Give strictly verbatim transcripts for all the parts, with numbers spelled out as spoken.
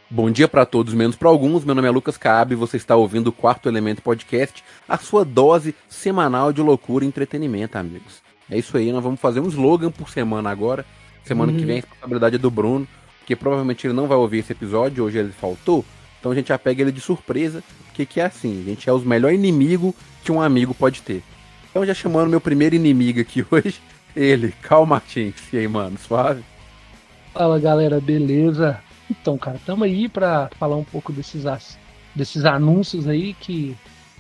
Bom dia pra todos, menos pra alguns. Meu nome é Lucas Caab e você está ouvindo o Quarto Elemento Podcast, a sua dose semanal de loucura e entretenimento, amigos. É isso aí, nós vamos fazer um slogan por semana agora. Semana que vem a responsabilidade é do Bruno, porque provavelmente ele não vai ouvir esse episódio, hoje ele faltou. Então a gente já pega ele de surpresa, porque que é assim, a gente é os melhores inimigos que um amigo pode ter. Então já chamando meu primeiro inimigo aqui hoje, ele, Cal Martins. E aí, mano, suave? Fala, galera, beleza? Então, cara, estamos aí para falar um pouco desses, desses anúncios aí que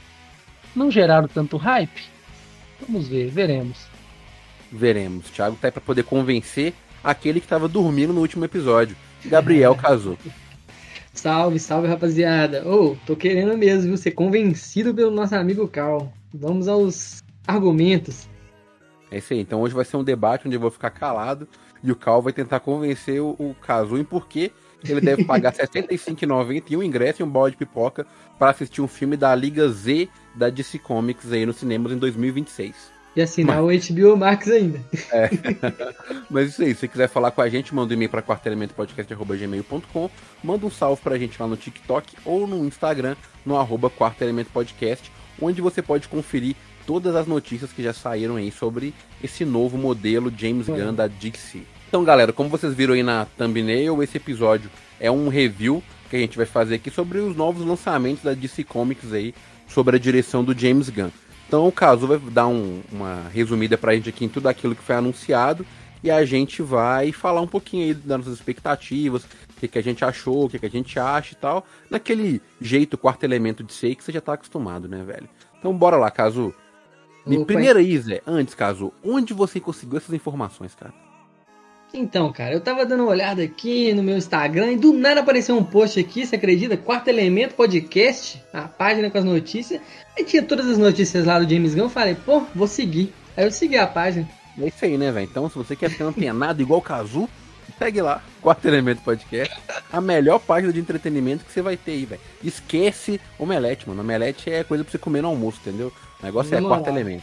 não geraram tanto hype. Vamos ver, veremos. Veremos. Thiago tá aí pra poder convencer aquele que tava dormindo no último episódio. Gabriel casou. Salve, salve, rapaziada. Ô, oh, tô querendo mesmo, viu, ser convencido pelo nosso amigo Cal. Vamos aos argumentos. É isso aí. Então hoje vai ser um debate onde eu vou ficar calado e o Cal vai tentar convencer o, o Kazu em por que ele deve pagar sessenta e cinco reais e noventa centavos e um ingresso e um balde de pipoca para assistir um filme da Liga Z da D C Comics aí nos cinemas em dois mil e vinte e seis. E assinar Mas... o H B O Max ainda. É. Mas isso aí, se você quiser falar com a gente, manda um e-mail para quartoelementopodcast arroba gmail ponto com, manda um salve pra gente lá no TikTok ou no Instagram, no arroba quartoelementopodcast, onde você pode conferir todas as notícias que já saíram aí sobre esse novo modelo James Gunn da D C. Então, galera, como vocês viram aí na thumbnail, esse episódio é um review que a gente vai fazer aqui sobre os novos lançamentos da D C Comics aí, sobre a direção do James Gunn. Então o Kazu vai dar um, uma resumida pra gente aqui em tudo aquilo que foi anunciado e a gente vai falar um pouquinho aí das nossas expectativas, o que, que a gente achou, o que, que a gente acha e tal, naquele jeito quarto elemento de ser que você já tá acostumado, né, velho? Então bora lá, Kazu. E primeiro aí, Zé, antes, Kazu, onde você conseguiu essas informações, cara? Então, cara, eu tava dando uma olhada aqui no meu Instagram e do nada apareceu um post aqui, você acredita? Quarto Elemento Podcast, a página com as notícias. Aí tinha todas as notícias lá do James Gunn, eu falei, pô, vou seguir. Aí eu segui a página. É isso aí, né, velho? Então, se você quer ficar antenado igual o Kazu, pegue lá, Quarto Elemento Podcast, a melhor página de entretenimento que você vai ter aí, velho. Esquece omelete, mano. Omelete é coisa pra você comer no almoço, entendeu? O negócio é Quarto Elemento.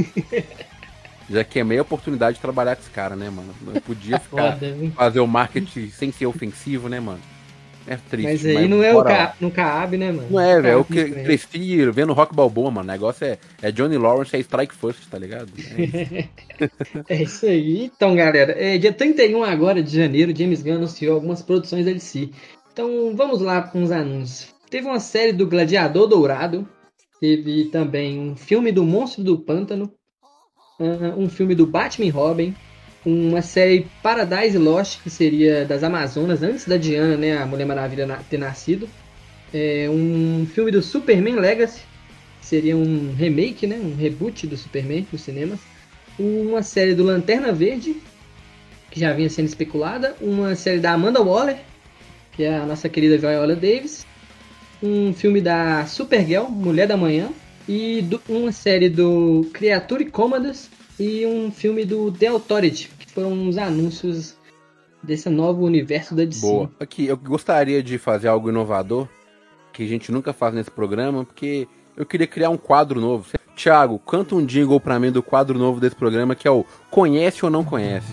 Já queimei a oportunidade de trabalhar com esse cara, né, mano? Eu podia ficar, Foda, fazer o marketing sem ser ofensivo, né, mano? É triste. Mas aí mas não é o Ca... no Caab, né, mano? Não é, velho. Eu cresci vendo Rock Balboa, mano. O negócio é, é Johnny Lawrence, é Strike First, tá ligado? É isso, é isso aí. Então, galera, é dia trinta e um agora de janeiro, James Gunn anunciou algumas produções da D C. Então, vamos lá com os anúncios. Teve uma série do Gladiador Dourado. Teve também um filme do Monstro do Pântano. Uh, um filme do Batman e Robin, uma série Paradise Lost, que seria das Amazonas, antes da Diana, né, a Mulher Maravilha na, ter nascido, é, um filme do Superman Legacy, que seria um remake, né, um reboot do Superman nos cinemas, uma série do Lanterna Verde, que já vinha sendo especulada, uma série da Amanda Waller, que é a nossa querida Viola Davis, um filme da Supergirl, Mulher da Manhã, e do, uma série do Creature Commandos e um filme do The Authority, que foram os anúncios desse novo universo da D C. Boa. Aqui, eu gostaria de fazer algo inovador, que a gente nunca faz nesse programa, porque eu queria criar um quadro novo. Thiago, canta um jingle pra mim do quadro novo desse programa, que é o Conhece ou Não Conhece?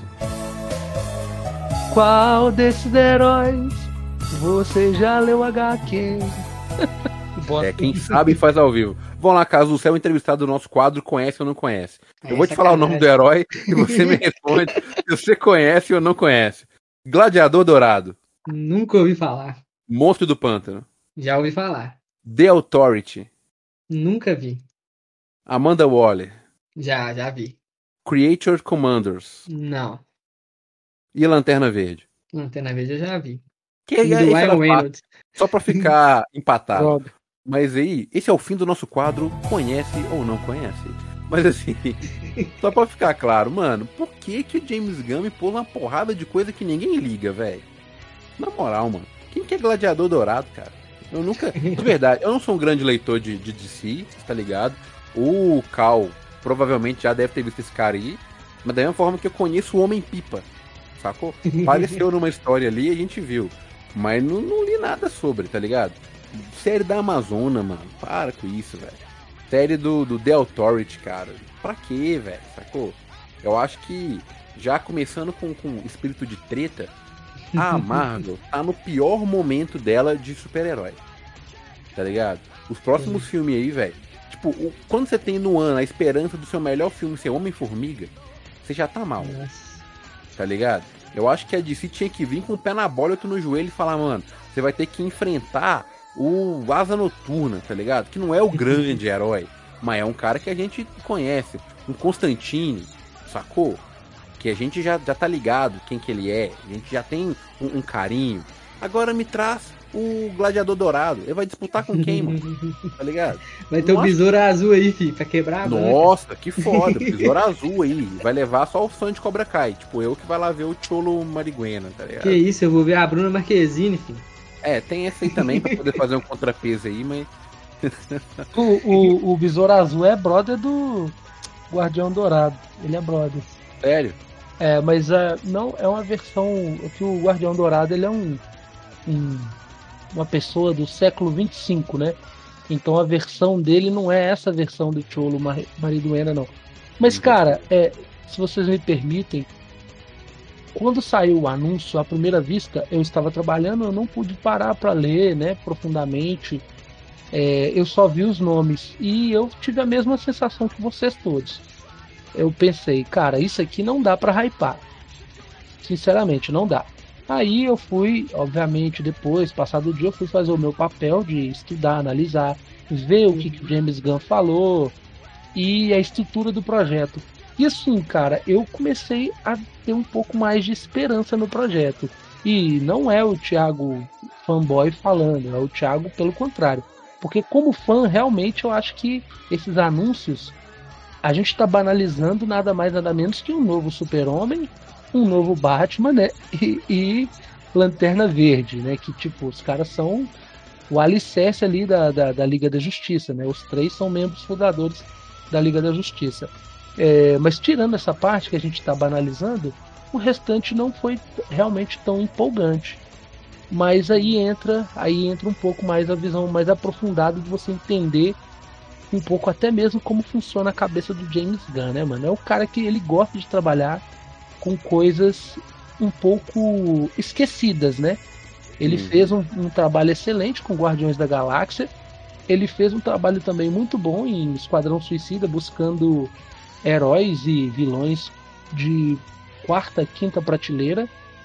Qual desses heróis você já leu agá quê? É, quem sabe faz ao vivo. Vamos lá, Kazu, você é o entrevistado do nosso quadro Conhece ou Não Conhece? Eu é vou te falar cara, o nome do herói e você me responde se você conhece ou não conhece. Gladiador Dourado. Nunca ouvi falar. Monstro do Pântano. Já ouvi falar. The Authority. Nunca vi. Amanda Waller. Já, já vi. Creature Commandos. Não. E Lanterna Verde. Lanterna Verde eu já vi. Que é, do Ryan Reynolds. Só pra ficar empatado. Mas aí, esse é o fim do nosso quadro Conhece ou Não Conhece. Mas assim, só pra ficar claro, mano, por que que o James Gunn me pôs uma porrada de coisa que ninguém liga, velho? Na moral, mano, quem que é Gladiador Dourado, cara? Eu nunca... De verdade, eu não sou um grande leitor de, de D C, tá ligado? O Cal provavelmente já deve ter visto esse cara aí, mas da mesma forma que eu conheço o Homem-Pipa, sacou? Apareceu numa história ali e a gente viu. Mas não, não li nada sobre, tá ligado? Série da Amazônia, mano. Para com isso, velho. Série do, do The Authority, cara. Pra quê, velho? Sacou? Eu acho que já começando com, com espírito de treta, a Marvel tá no pior momento dela de super-herói. Tá ligado? Os próximos Sim. filmes aí, velho. Tipo, o- quando você tem no ano a esperança do seu melhor filme ser Homem-Formiga, você já tá mal, Nossa. tá ligado? Eu acho que a D C tinha que vir com o pé na bola e outro no joelho e falar, mano, você vai ter que enfrentar o Asa Noturna, tá ligado? Que não é o grande herói, mas é um cara que a gente conhece. Um Constantine, sacou? Que a gente já, já tá ligado quem que ele é. A gente já tem um, um carinho. Agora me traz o Gladiador Dourado. Ele vai disputar com quem, mano? Tá ligado? Vai ter o Nossa. besouro azul aí, filho, pra quebrar a banca. Nossa, que foda. Besouro azul aí. Vai levar só o fã de Cobra Kai. Tipo, eu que vai lá ver o Cholo Mariguena, tá ligado? Que isso, eu vou ver a Bruna Marquezine, filho. É, tem essa aí também pra poder fazer um contrapeso aí, mas. O, o, o Besouro Azul é brother do Guardião Dourado. Ele é brother. Sério? É, mas uh, não é uma versão que o Guardião Dourado ele é um, um uma pessoa do século vinte e cinco, né? Então a versão dele não é essa versão do Cholo Mar Mariduena, não. Mas cara, é, se vocês me permitem, quando saiu o anúncio à primeira vista, eu estava trabalhando, eu não pude parar para ler, né, profundamente. É, eu só vi os nomes e eu tive a mesma sensação que vocês todos. Eu pensei, cara, isso aqui não dá pra hypar. Sinceramente, não dá. Aí eu fui, obviamente, depois, passado o dia, eu fui fazer o meu papel de estudar, analisar, ver o que, que o James Gunn falou e a estrutura do projeto. E assim, cara, eu comecei a ter um pouco mais de esperança no projeto. E não é o Thiago fanboy falando, é o Thiago pelo contrário. Porque como fã, realmente eu acho que esses anúncios a gente tá banalizando nada mais nada menos que um novo Super-Homem, um novo Batman, né? E, e Lanterna Verde, né? Que tipo, os caras são o alicerce ali da, da, da Liga da Justiça, né? Os três são membros fundadores da Liga da Justiça. É, mas tirando essa parte que a gente tá banalizando, o restante não foi realmente tão empolgante. Mas aí entra, aí entra um pouco mais a visão mais aprofundada de você entender um pouco até mesmo como funciona a cabeça do James Gunn, né, mano? É o cara que ele gosta de trabalhar com coisas um pouco esquecidas, né? Ele Uhum. fez um, um trabalho excelente com Guardiões da Galáxia. Ele fez um trabalho também muito bom em Esquadrão Suicida, buscando heróis e vilões de quarta, quinta prateleira.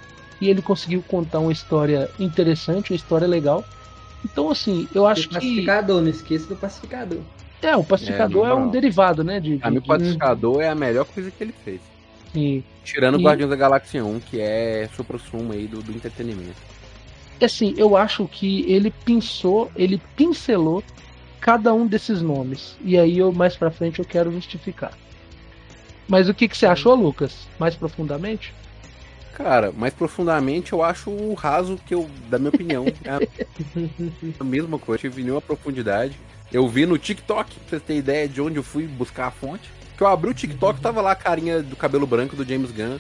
E ele conseguiu contar uma história interessante, uma história legal. Então, assim, eu acho o pacificador, que... não esqueça do pacificador. É, o pacificador é, é um derivado, né? De, A mim, o pacificador é a melhor coisa que ele fez. E, Tirando o e... Guardiões da Galáxia um, que é supra-sumo aí do, do entretenimento. Assim, eu acho que ele pensou, ele pincelou cada um desses nomes. E aí, eu mais pra frente, eu quero justificar. Mas o que, que você achou, Lucas? Mais profundamente? Cara, mais profundamente eu acho o raso que eu, da minha opinião, é a mesma coisa. Eu tive nenhuma profundidade. Eu vi no TikTok, pra vocês terem ideia de onde eu fui buscar a fonte. Que eu abri o TikTok, tava lá a carinha do cabelo branco do James Gunn.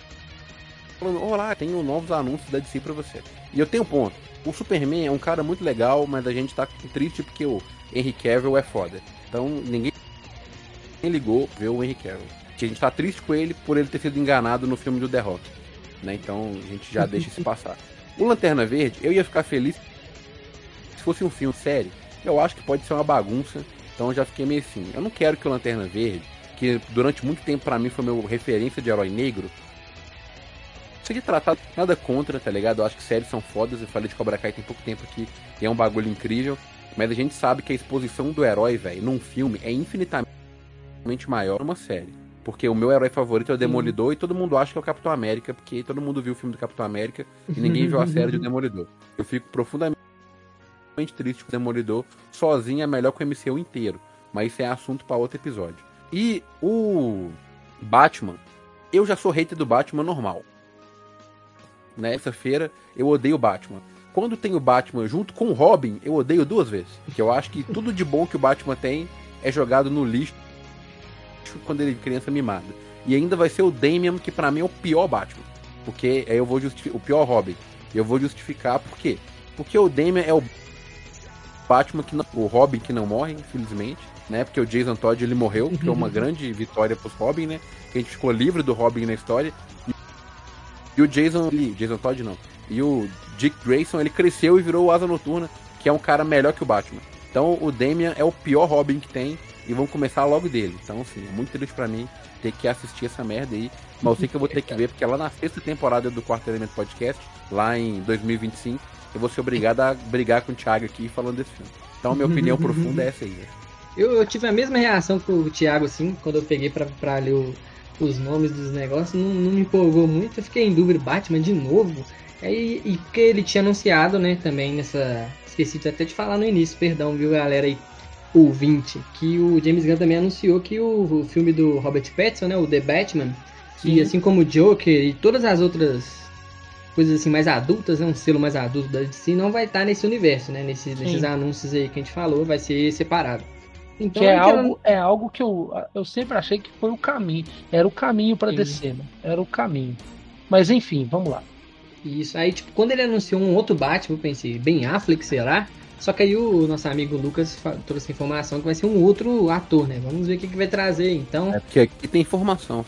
Falando, olá, tenho novos anúncios da D C pra você. E eu tenho um ponto. O Superman é um cara muito legal, mas a gente tá triste porque o Henry Cavill é foda. Então ninguém ligou ver o Henry Cavill. A gente tá triste com ele por ele ter sido enganado no filme do The Rock. Né? Então a gente já deixa isso passar. O Lanterna Verde, eu ia ficar feliz se fosse um filme sério. Eu acho que pode ser uma bagunça, então eu já fiquei meio assim. Eu não quero que o Lanterna Verde, que durante muito tempo pra mim foi meu referência de herói negro, seja tratado nada contra, tá ligado? Eu acho que séries são fodas, eu falei de Cobra Kai tem pouco tempo aqui, e é um bagulho incrível, mas a gente sabe que a exposição do herói, velho, num filme é infinitamente maior que uma série. Porque o meu herói favorito é o Demolidor e todo mundo acha que é o Capitão América, porque todo mundo viu o filme do Capitão América e ninguém viu a série do Demolidor. Eu fico profundamente triste com o Demolidor sozinho, é melhor que o M C U inteiro. Mas isso é assunto para outro episódio. E o Batman, eu já sou hater do Batman normal. Nessa-feira eu odeio o Batman. Quando tem o Batman junto com o Robin, eu odeio duas vezes. Porque eu acho que tudo de bom que o Batman tem é jogado no lixo quando ele é criança mimada. E ainda vai ser o Damian, que pra mim é o pior Batman. Porque aí eu vou justificar. O pior Robin. Eu vou justificar por quê? Porque o Damian é o Batman que não. O Robin que não morre, infelizmente. Né? Porque o Jason Todd ele morreu, que é uma grande vitória pros Robin, né? Que a gente ficou livre do Robin na história. E, e o Jason. Ele, Jason Todd não. E o Dick Grayson, ele cresceu e virou o Asa Noturna, que é um cara melhor que o Batman. Então o Damian é o pior Robin que tem e vão começar logo dele. Então, assim, é muito triste pra mim ter que assistir essa merda aí. Mas eu sei que eu vou ter que ver, porque lá na sexta temporada do Quarto Elemento Podcast, lá em dois mil e vinte e cinco, eu vou ser obrigado a brigar com o Thiago aqui falando desse filme. Então, a minha opinião profunda é essa aí. Né? Eu, eu tive a mesma reação que o Thiago, assim, quando eu peguei pra, pra ler o, os nomes dos negócios. Não, não me empolgou muito, eu fiquei em dúvida, Batman de novo. Aí, e porque ele tinha anunciado, né, também nessa... Esqueci até de falar no início, perdão, viu, galera aí, ouvinte, que o James Gunn também anunciou que o, o filme do Robert Pattinson, né, o The Batman, que assim como o Joker e todas as outras coisas assim mais adultas, né, um selo mais adulto da D C, não vai estar nesse universo, né, nesse, nesses anúncios aí que a gente falou, vai ser separado. Então, que é, algo, ela... é algo que eu, eu sempre achei que foi o caminho, era o caminho pra D C, né? Era o caminho. Mas enfim, vamos lá. Isso, aí tipo, quando ele anunciou um outro Batman, eu pensei, Ben Affleck, será? Só que aí o nosso amigo Lucas trouxe informação que vai ser um outro ator, né? Vamos ver o que, que vai trazer, então. É porque aqui tem informação,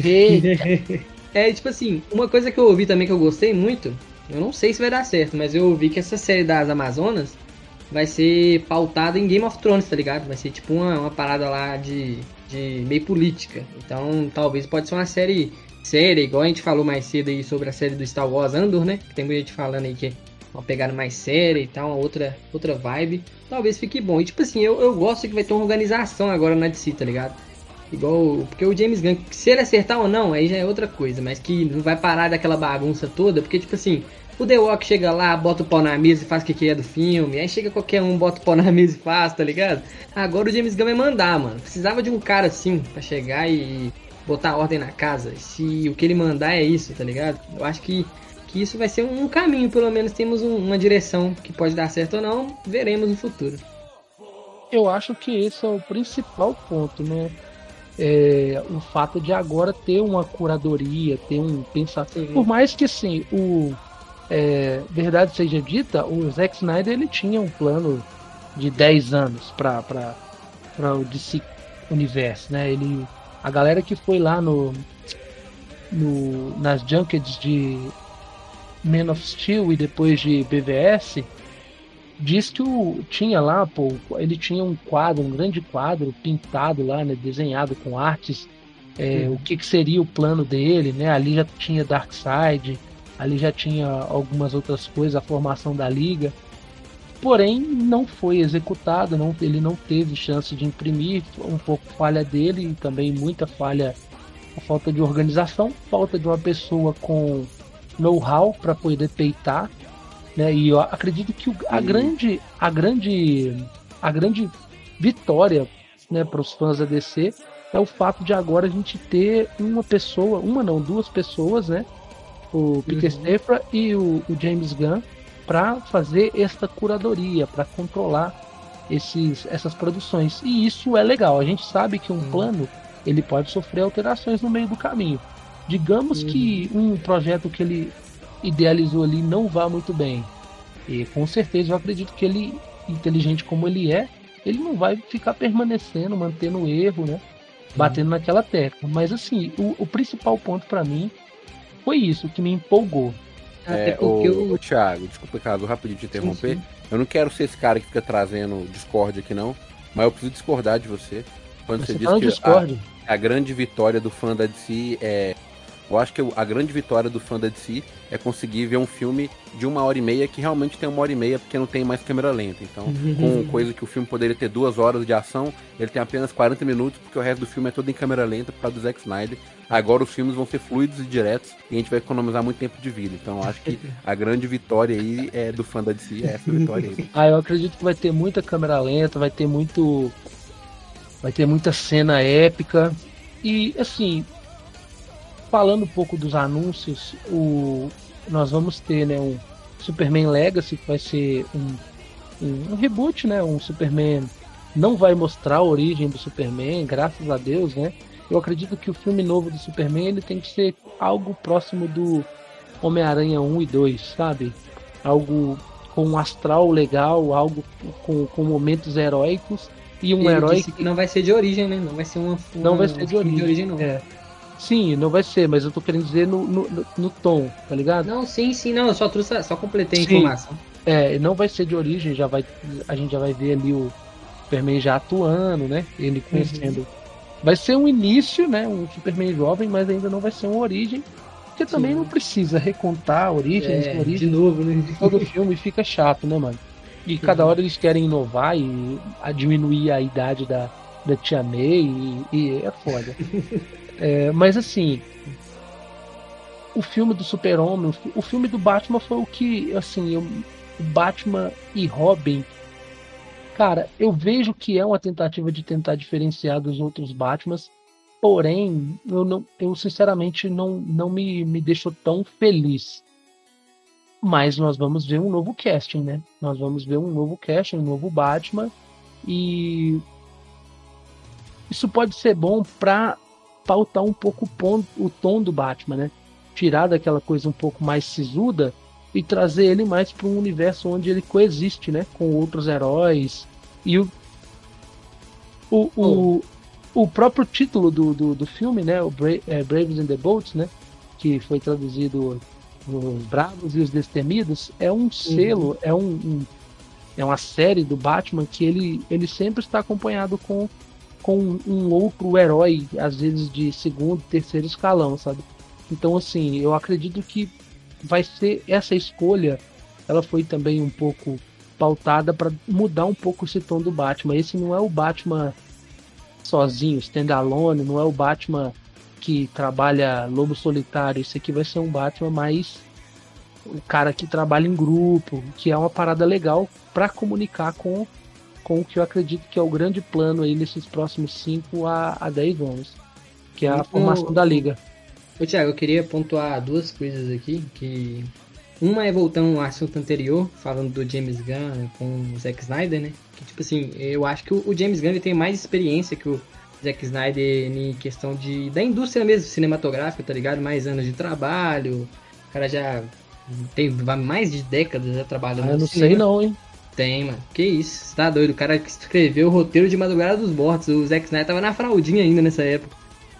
filho. É, tipo assim, uma coisa que eu ouvi também que eu gostei muito, eu não sei se vai dar certo, mas eu ouvi que essa série das Amazonas vai ser pautada em Game of Thrones, tá ligado? Vai ser tipo uma, uma parada lá de, de meio política. Então, talvez pode ser uma série séria, igual a gente falou mais cedo aí sobre a série do Star Wars Andor, né? Que tem muita gente falando aí que uma pegada mais séria e tal, uma outra, outra vibe. Talvez fique bom. E tipo assim, eu, eu gosto que vai ter uma organização agora na D C, tá ligado? Igual, porque o James Gunn, se ele acertar ou não, aí já é outra coisa. Mas que não vai parar daquela bagunça toda, porque tipo assim, o The Rock chega lá, bota o pau na mesa e faz o que que é do filme. Aí chega qualquer um, bota o pau na mesa e faz, tá ligado? Agora o James Gunn vai mandar, mano. Precisava de um cara assim, pra chegar e botar ordem na casa. Se o que ele mandar é isso, tá ligado? Eu acho que que isso vai ser um caminho, pelo menos temos um, uma direção que pode dar certo ou não, veremos no futuro. Eu acho que esse é o principal ponto, né? É, o fato de agora ter uma curadoria, ter um pensamento. Por mais que assim, o é, verdade seja dita, o Zack Snyder ele tinha um plano de dez anos para o D C Universo, né? Ele, a galera que foi lá no, no nas junkets de Man of Steel e depois de B V S, diz que o, tinha lá, pô, ele tinha um quadro, um grande quadro pintado lá, né, desenhado com artes, é, uhum. o que, que seria o plano dele, né? Ali já tinha Darkseid, ali já tinha algumas outras coisas, a formação da Liga, porém não foi executado, não, ele não teve chance de imprimir, um pouco falha dele e também muita falha, a falta de organização, falta de uma pessoa com know-how para poder peitar, né? E eu acredito que a grande, a grande, a grande vitória, né, para os fãs da D C é o fato de agora a gente ter uma pessoa, uma não, duas pessoas, né? O Peter uhum. Safran e o, o James Gunn para fazer esta curadoria, para controlar esses, essas produções. E isso é legal. A gente sabe que um uhum. plano ele pode sofrer alterações no meio do caminho. Digamos uhum. que um projeto que ele idealizou ali não vá muito bem. E com certeza eu acredito que ele, inteligente como ele é, ele não vai ficar permanecendo, mantendo o erro, né? Batendo uhum. naquela tecla. Mas assim, o, o principal ponto pra mim foi isso, que me empolgou. É, Até o, eu... o Thiago, desculpa, Carlos, rapidinho te interromper. Sim, sim. Eu não quero ser esse cara que fica trazendo Discord aqui não, mas eu preciso discordar de você. Quando você, você diz que a, a grande vitória do fã da D C é... Eu acho que a grande vitória do fã da D C é conseguir ver um filme de uma hora e meia que realmente tem uma hora e meia porque não tem mais câmera lenta. Então, com coisa que o filme poderia ter duas horas de ação, ele tem apenas quarenta minutos porque o resto do filme é todo em câmera lenta por causa do Zack Snyder. Agora os filmes vão ser fluidos e diretos e a gente vai economizar muito tempo de vida. Então, eu acho que a grande vitória aí é do fã da D C, é essa vitória aí. Ah, eu acredito que vai ter muita câmera lenta, vai ter muito... Vai ter muita cena épica. E, assim... Falando um pouco dos anúncios, o, nós vamos ter, né, um Superman Legacy, que vai ser um, um, um reboot, né, um Superman, não vai mostrar a origem do Superman, graças a Deus, né. Eu acredito que o filme novo do Superman ele tem que ser algo próximo do Homem-Aranha um e dois, sabe? Algo com um astral legal, algo com, com momentos heróicos e um ele herói disse que não vai ser de origem, né? Não vai ser uma, uma não vai ser de origem, de origem não. É. Sim, não vai ser, mas eu tô querendo dizer no, no, no- no tom, tá ligado? Não, sim, sim, não, eu só trouxe, só completei a Sim. informação. É, não vai ser de origem, já vai, a gente já vai ver ali o Superman já atuando, né? Ele conhecendo. Vai ser um início, né? Um Superman jovem, mas ainda não vai ser uma origem. Porque também não Sim. precisa recontar origens, É, de origens. novo, né? Todo filme fica chato, né, mano? E cada hora eles querem inovar e a diminuir a idade da, da Tia May e, e é foda. É, mas assim, o filme do Super-Homem, o fi- o filme do Batman foi o que, assim, eu, o Batman e Robin, cara, eu vejo que é uma tentativa de tentar diferenciar dos outros Batmans, porém, eu, não, eu sinceramente não, não me, me deixou tão feliz. Mas nós vamos ver um novo casting, né? Nós vamos ver um novo casting, um novo Batman, e isso pode ser bom pra pautar um pouco o, pon- o tom do Batman, né? Tirar daquela coisa um pouco mais sisuda e trazer ele mais para um universo onde ele coexiste, né? Com outros heróis. E o, o, o, o próprio título do, do, do filme, né? O Bra é, Braves and the Boats, né? Que foi traduzido Os Bravos e os Destemidos, é um selo, é um, um- é uma série do Batman que ele, ele sempre está acompanhado com, com um outro herói, às vezes de segundo, terceiro escalão, sabe? Então, assim, eu acredito que vai ser essa escolha, ela foi também um pouco pautada para mudar um pouco esse tom do Batman. Esse não é o Batman sozinho, standalone, não é o Batman que trabalha lobo solitário. Esse aqui vai ser um Batman mais o cara que trabalha em grupo, que é uma parada legal para comunicar com, com o que eu acredito que é o grande plano aí nesses próximos cinco a, a dez anos, que é a formação Ô, da liga. ô, Thiago, eu queria pontuar duas coisas aqui, que uma é voltando ao assunto anterior, falando do James Gunn com o Zack Snyder, né? Que tipo assim, eu acho que o, o James Gunn ele tem mais experiência que o Zack Snyder em questão de da indústria mesmo cinematográfica, tá ligado? Mais anos de trabalho, o cara já tem mais de décadas já trabalhando Ah, eu no não sei cinema. não, hein? Tem, mano. Que isso, você tá doido? O cara que escreveu o roteiro de Madrugada dos Mortos. O Zack Snyder tava na fraldinha ainda nessa época.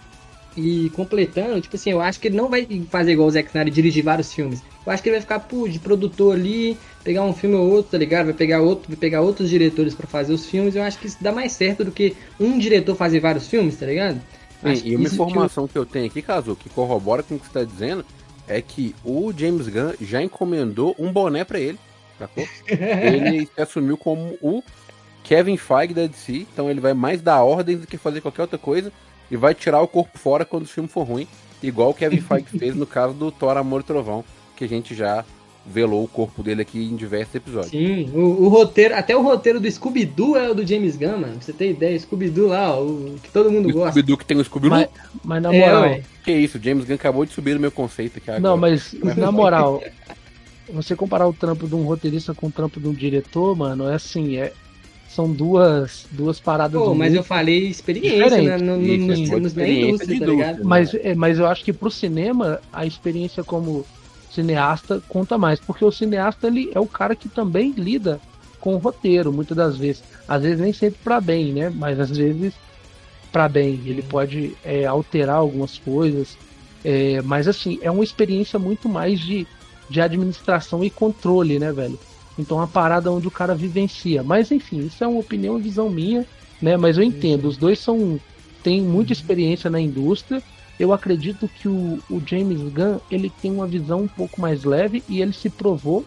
E completando, tipo assim, eu acho que ele não vai fazer igual o Zack Snyder, dirigir vários filmes. Eu acho que ele vai ficar, pô, de produtor ali, pegar um filme ou outro, tá ligado? Vai pegar outro, vai pegar outros diretores pra fazer os filmes. Eu acho que isso dá mais certo do que um diretor fazer vários filmes, tá ligado? Sim, Acho e que uma isso que o- informação que eu tenho aqui, Caso, que corrobora com o que você está dizendo, é que o James Gunn já encomendou um boné pra ele, sacou? Ele se assumiu como o Kevin Feige da D C, então ele vai mais dar ordens do que fazer qualquer outra coisa e vai tirar o corpo fora quando o filme for ruim, igual o Kevin Feige fez no caso do Thor Amor e Trovão, que a gente já velou o corpo dele aqui em diversos episódios. Sim, o, o roteiro, até o roteiro do Scooby-Doo é o do James Gunn, mano. Pra você ter ideia, Scooby-Doo lá, ó, o que todo mundo O gosta. Scooby-Doo que tem o Scooby-Doo? Mas, mas na É, moral, ué. Que isso, o James Gunn acabou de subir no meu conceito aqui agora. não, mas Mas na foi. moral, você comparar o trampo de um roteirista com o trampo de um diretor, mano, é assim, é, são duas, duas paradas Pô, mas eu muito falei experiência né, diferentes. no, no, Isso, no, é sua no- na experiência indústria, de tá indústria, ligado? né? Mas, é, mas eu acho que pro cinema, a experiência como cineasta conta mais, porque o cineasta ele é o cara que também lida com o roteiro, muitas das vezes. Às vezes nem sempre para bem, né? Mas às vezes para bem. Ele pode é, alterar algumas coisas. É, mas assim, é uma experiência muito mais de, de administração e controle, né, velho? Então é uma parada onde o cara vivencia. Mas enfim, isso é uma opinião e visão minha, né? Mas eu entendo, os dois são têm muita experiência na indústria. Eu acredito que o, o James Gunn ele tem uma visão um pouco mais leve e ele se provou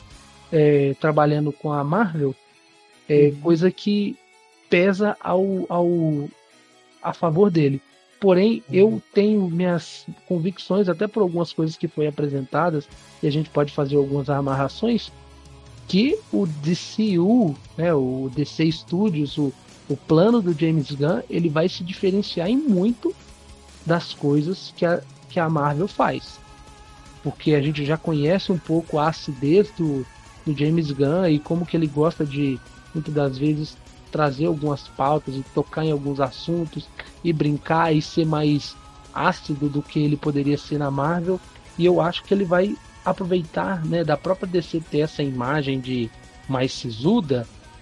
é, trabalhando com a Marvel, é, coisa que pesa ao, ao, a favor dele. Porém, eu tenho minhas convicções, até por algumas coisas que foram apresentadas, e a gente pode fazer algumas amarrações, que o D C U, né, o D C Studios, o, o plano do James Gunn, ele vai se diferenciar em muito das coisas que a, que a Marvel faz. Porque a gente já conhece um pouco a acidez do, do James Gunn e como que ele gosta de, muitas das vezes, trazer algumas pautas e tocar em alguns assuntos e brincar e ser mais ácido do que ele poderia ser na Marvel. E eu acho que ele vai aproveitar, né, da própria D C ter essa imagem de mais sisuda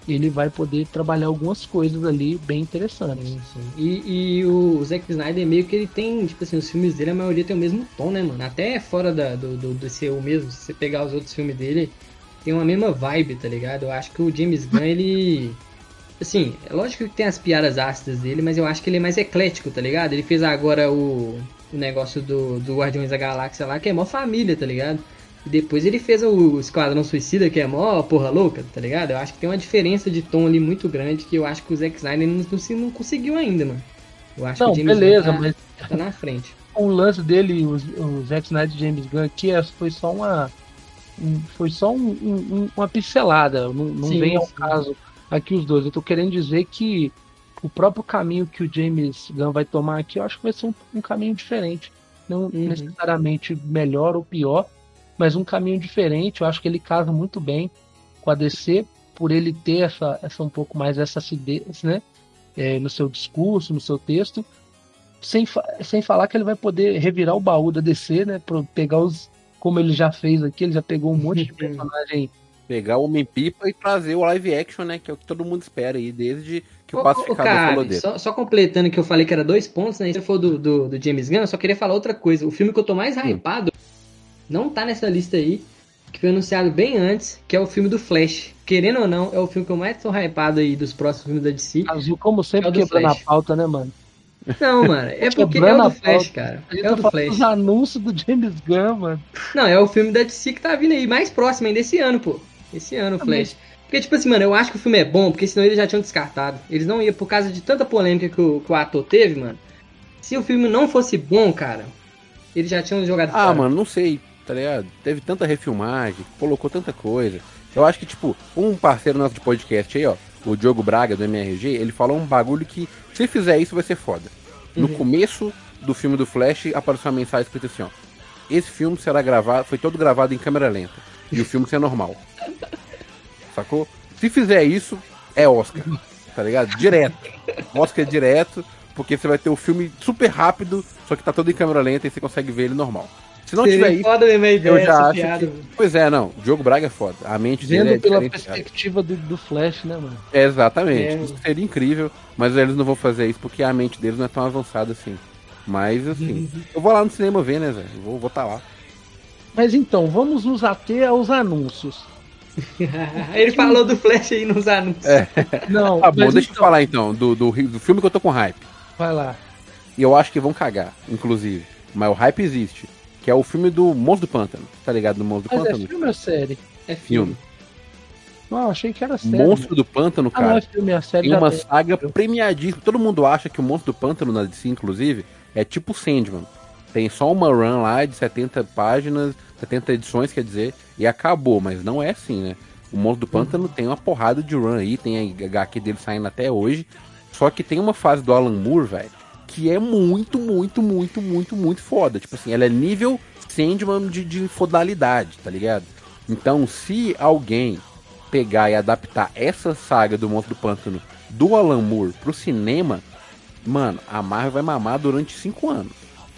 ele vai poder trabalhar algumas coisas ali bem interessantes. Sim, sim. E, e o Zack Snyder meio que ele tem, tipo assim, os filmes dele, a maioria tem o mesmo tom, né, mano? Até fora da, do, do, do C U mesmo, se você pegar os outros filmes dele, tem uma mesma vibe, tá ligado? Eu acho que o James Gunn, ele... Assim, é lógico que tem as piadas ácidas dele, mas eu acho que ele é mais eclético, tá ligado? Ele fez agora o, o negócio do, do Guardiões da Galáxia lá, que é mó família, tá ligado? E depois ele fez o Esquadrão Suicida, que é mó porra louca, tá ligado? Eu acho que tem uma diferença de tom ali muito grande que eu acho que o Zack Snyder não, não, não conseguiu ainda, mano. Eu acho não, que o James beleza, Gunn tá, mas tá na frente. O lance dele, o, o Zack Snyder e James Gunn aqui, foi só uma um, foi só um, um, uma pincelada, não, não sim, vem ao sim. caso aqui os dois. Eu tô querendo dizer que o próprio caminho que o James Gunn vai tomar aqui, eu acho que vai ser um, um caminho diferente. Não uhum. necessariamente melhor ou pior, mas um caminho diferente. Eu acho que ele casa muito bem com a D C, por ele ter essa, essa um pouco mais essa acidez, né? É, no seu discurso, no seu texto, sem, sem falar que ele vai poder revirar o baú da D C, né? Pra pegar os. Como ele já fez aqui, ele já pegou um monte de personagem. Pegar o Homem-Pipa e trazer o live action, né? Que é o que todo mundo espera aí, desde que o ô, Pacificador ô, cara, falou dele. Só, só completando que eu falei que era dois pontos, né? Se for do, do, do James Gunn, eu só queria falar outra coisa. O filme que eu tô mais hypado hum. não tá nessa lista aí, que foi anunciado bem antes, que é o filme do Flash. Querendo ou não, é o filme que eu mais tô hypado aí dos próximos filmes da D C. Azul, como sempre, é quebrando a pauta, né, mano? Não, mano, é porque é o do Flash, cara. É o do Flash. Os anúncios do James Gunn, mano. Não, é o filme da D C que tá vindo aí, mais próximo ainda desse ano, pô. Esse ano, o Flash. Porque, tipo assim, mano, eu acho que o filme é bom, porque senão eles já tinham descartado. Eles não iam, por causa de tanta polêmica que o, que o ator teve, mano. Se o filme não fosse bom, cara, eles já tinham jogado Ah, fora. Mano, não sei, tá ligado? Teve tanta refilmagem, colocou tanta coisa. Eu acho que, tipo, um parceiro nosso de podcast aí, ó, o Diogo Braga, do M R G, ele falou um bagulho que, se fizer isso, vai ser foda. No uhum. começo do filme do Flash, apareceu uma mensagem escrita assim, ó. Esse filme será gravado, foi todo gravado em câmera lenta. E o filme ser normal. Sacou? Se fizer isso, é Oscar. Tá ligado? Direto. Oscar é direto, porque você vai ter o filme super rápido, só que tá todo em câmera lenta e você consegue ver ele normal. Se não Seria tiver isso, foda mesmo a ideia, eu já acho piada, que... Pois é, não. O Diogo Braga é foda. A mente Vendo dele é pela perspectiva do, do Flash, né, mano? É, exatamente. É. Isso seria incrível, mas eles não vão fazer isso porque a mente deles não é tão avançada assim. Mas, assim, eu vou lá no cinema ver, né, Zé? Eu vou, vou tá lá. Mas então, vamos nos ater aos anúncios. Ele falou do Flash aí nos anúncios. É. Não, tá bom, deixa então... eu falar então do, do, do filme que eu tô com hype. Vai lá. E eu acho que vão cagar, inclusive. Mas o hype existe. Que é o filme do Monstro do Pântano. Tá ligado no Monstro do Mas Pântano? É filme ou série? É filme. Não, achei que era série. Monstro do Pântano, cara. Ah, não é filme, é série. Tem uma saga premiadíssima. Todo mundo acha que o Monstro do Pântano na D C, inclusive, é tipo Sandman. Tem só uma run lá de setenta páginas, setenta edições, quer dizer, e acabou. Mas não é assim, né? O Monstro do Pântano uhum. tem uma porrada de run aí, tem a H Q dele saindo até hoje. Só que tem uma fase do Alan Moore, velho, que é muito, muito, muito, muito, muito foda. Tipo assim, ela é nível Sandman de, de fodalidade, tá ligado? Então, se alguém pegar e adaptar essa saga do Monstro do Pântano do Alan Moore pro cinema, mano, a Marvel vai mamar durante cinco anos.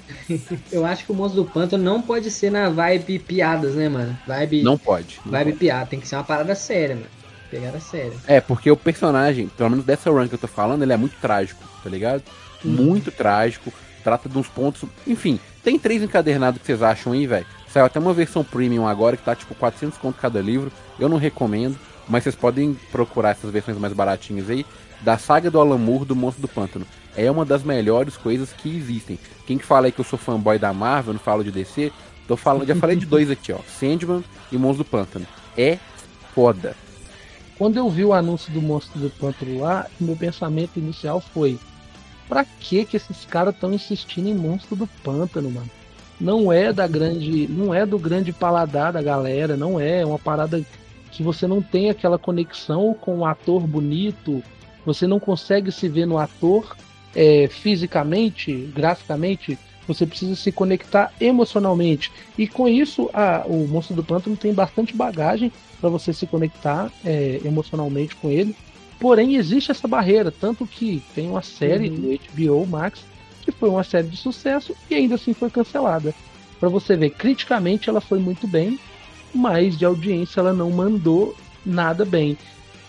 Eu acho que o Monstro do Pântano não pode ser na vibe piadas, né, mano? Vibe, não pode. Não vibe pode. piada, tem que ser uma parada séria, mano. Pegar a sério. É, porque o personagem, pelo menos dessa run que eu tô falando, ele é muito trágico, tá ligado? Hum. Muito trágico, trata de uns pontos... Enfim, tem três encadernados que vocês acham aí, velho. Saiu até uma versão premium agora, que tá tipo quatrocentos conto cada livro. Eu não recomendo, mas vocês podem procurar essas versões mais baratinhas aí. Da saga do Alan Moore, do Monstro do Pântano. É uma das melhores coisas que existem. Quem que fala aí que eu sou fanboy da Marvel, não falo de D C, tô falando, já falei de dois aqui, ó. Sandman e Monstro do Pântano. É foda. Quando eu vi o anúncio do Monstro do Pântano lá, meu pensamento inicial foi: pra que que esses caras estão insistindo em Monstro do Pântano, mano? Não é da grande, não é do grande paladar da galera, não é, é uma parada que você não tem aquela conexão com o ator bonito, você não consegue se ver no ator é, fisicamente, graficamente, você precisa se conectar emocionalmente. E com isso, a, o Monstro do Pântano tem bastante bagagem para você se conectar é, emocionalmente com ele. Porém, existe essa barreira, tanto que tem uma série uhum. do H B O Max, que foi uma série de sucesso e ainda assim foi cancelada. Para você ver, criticamente ela foi muito bem, mas de audiência ela não mandou nada bem.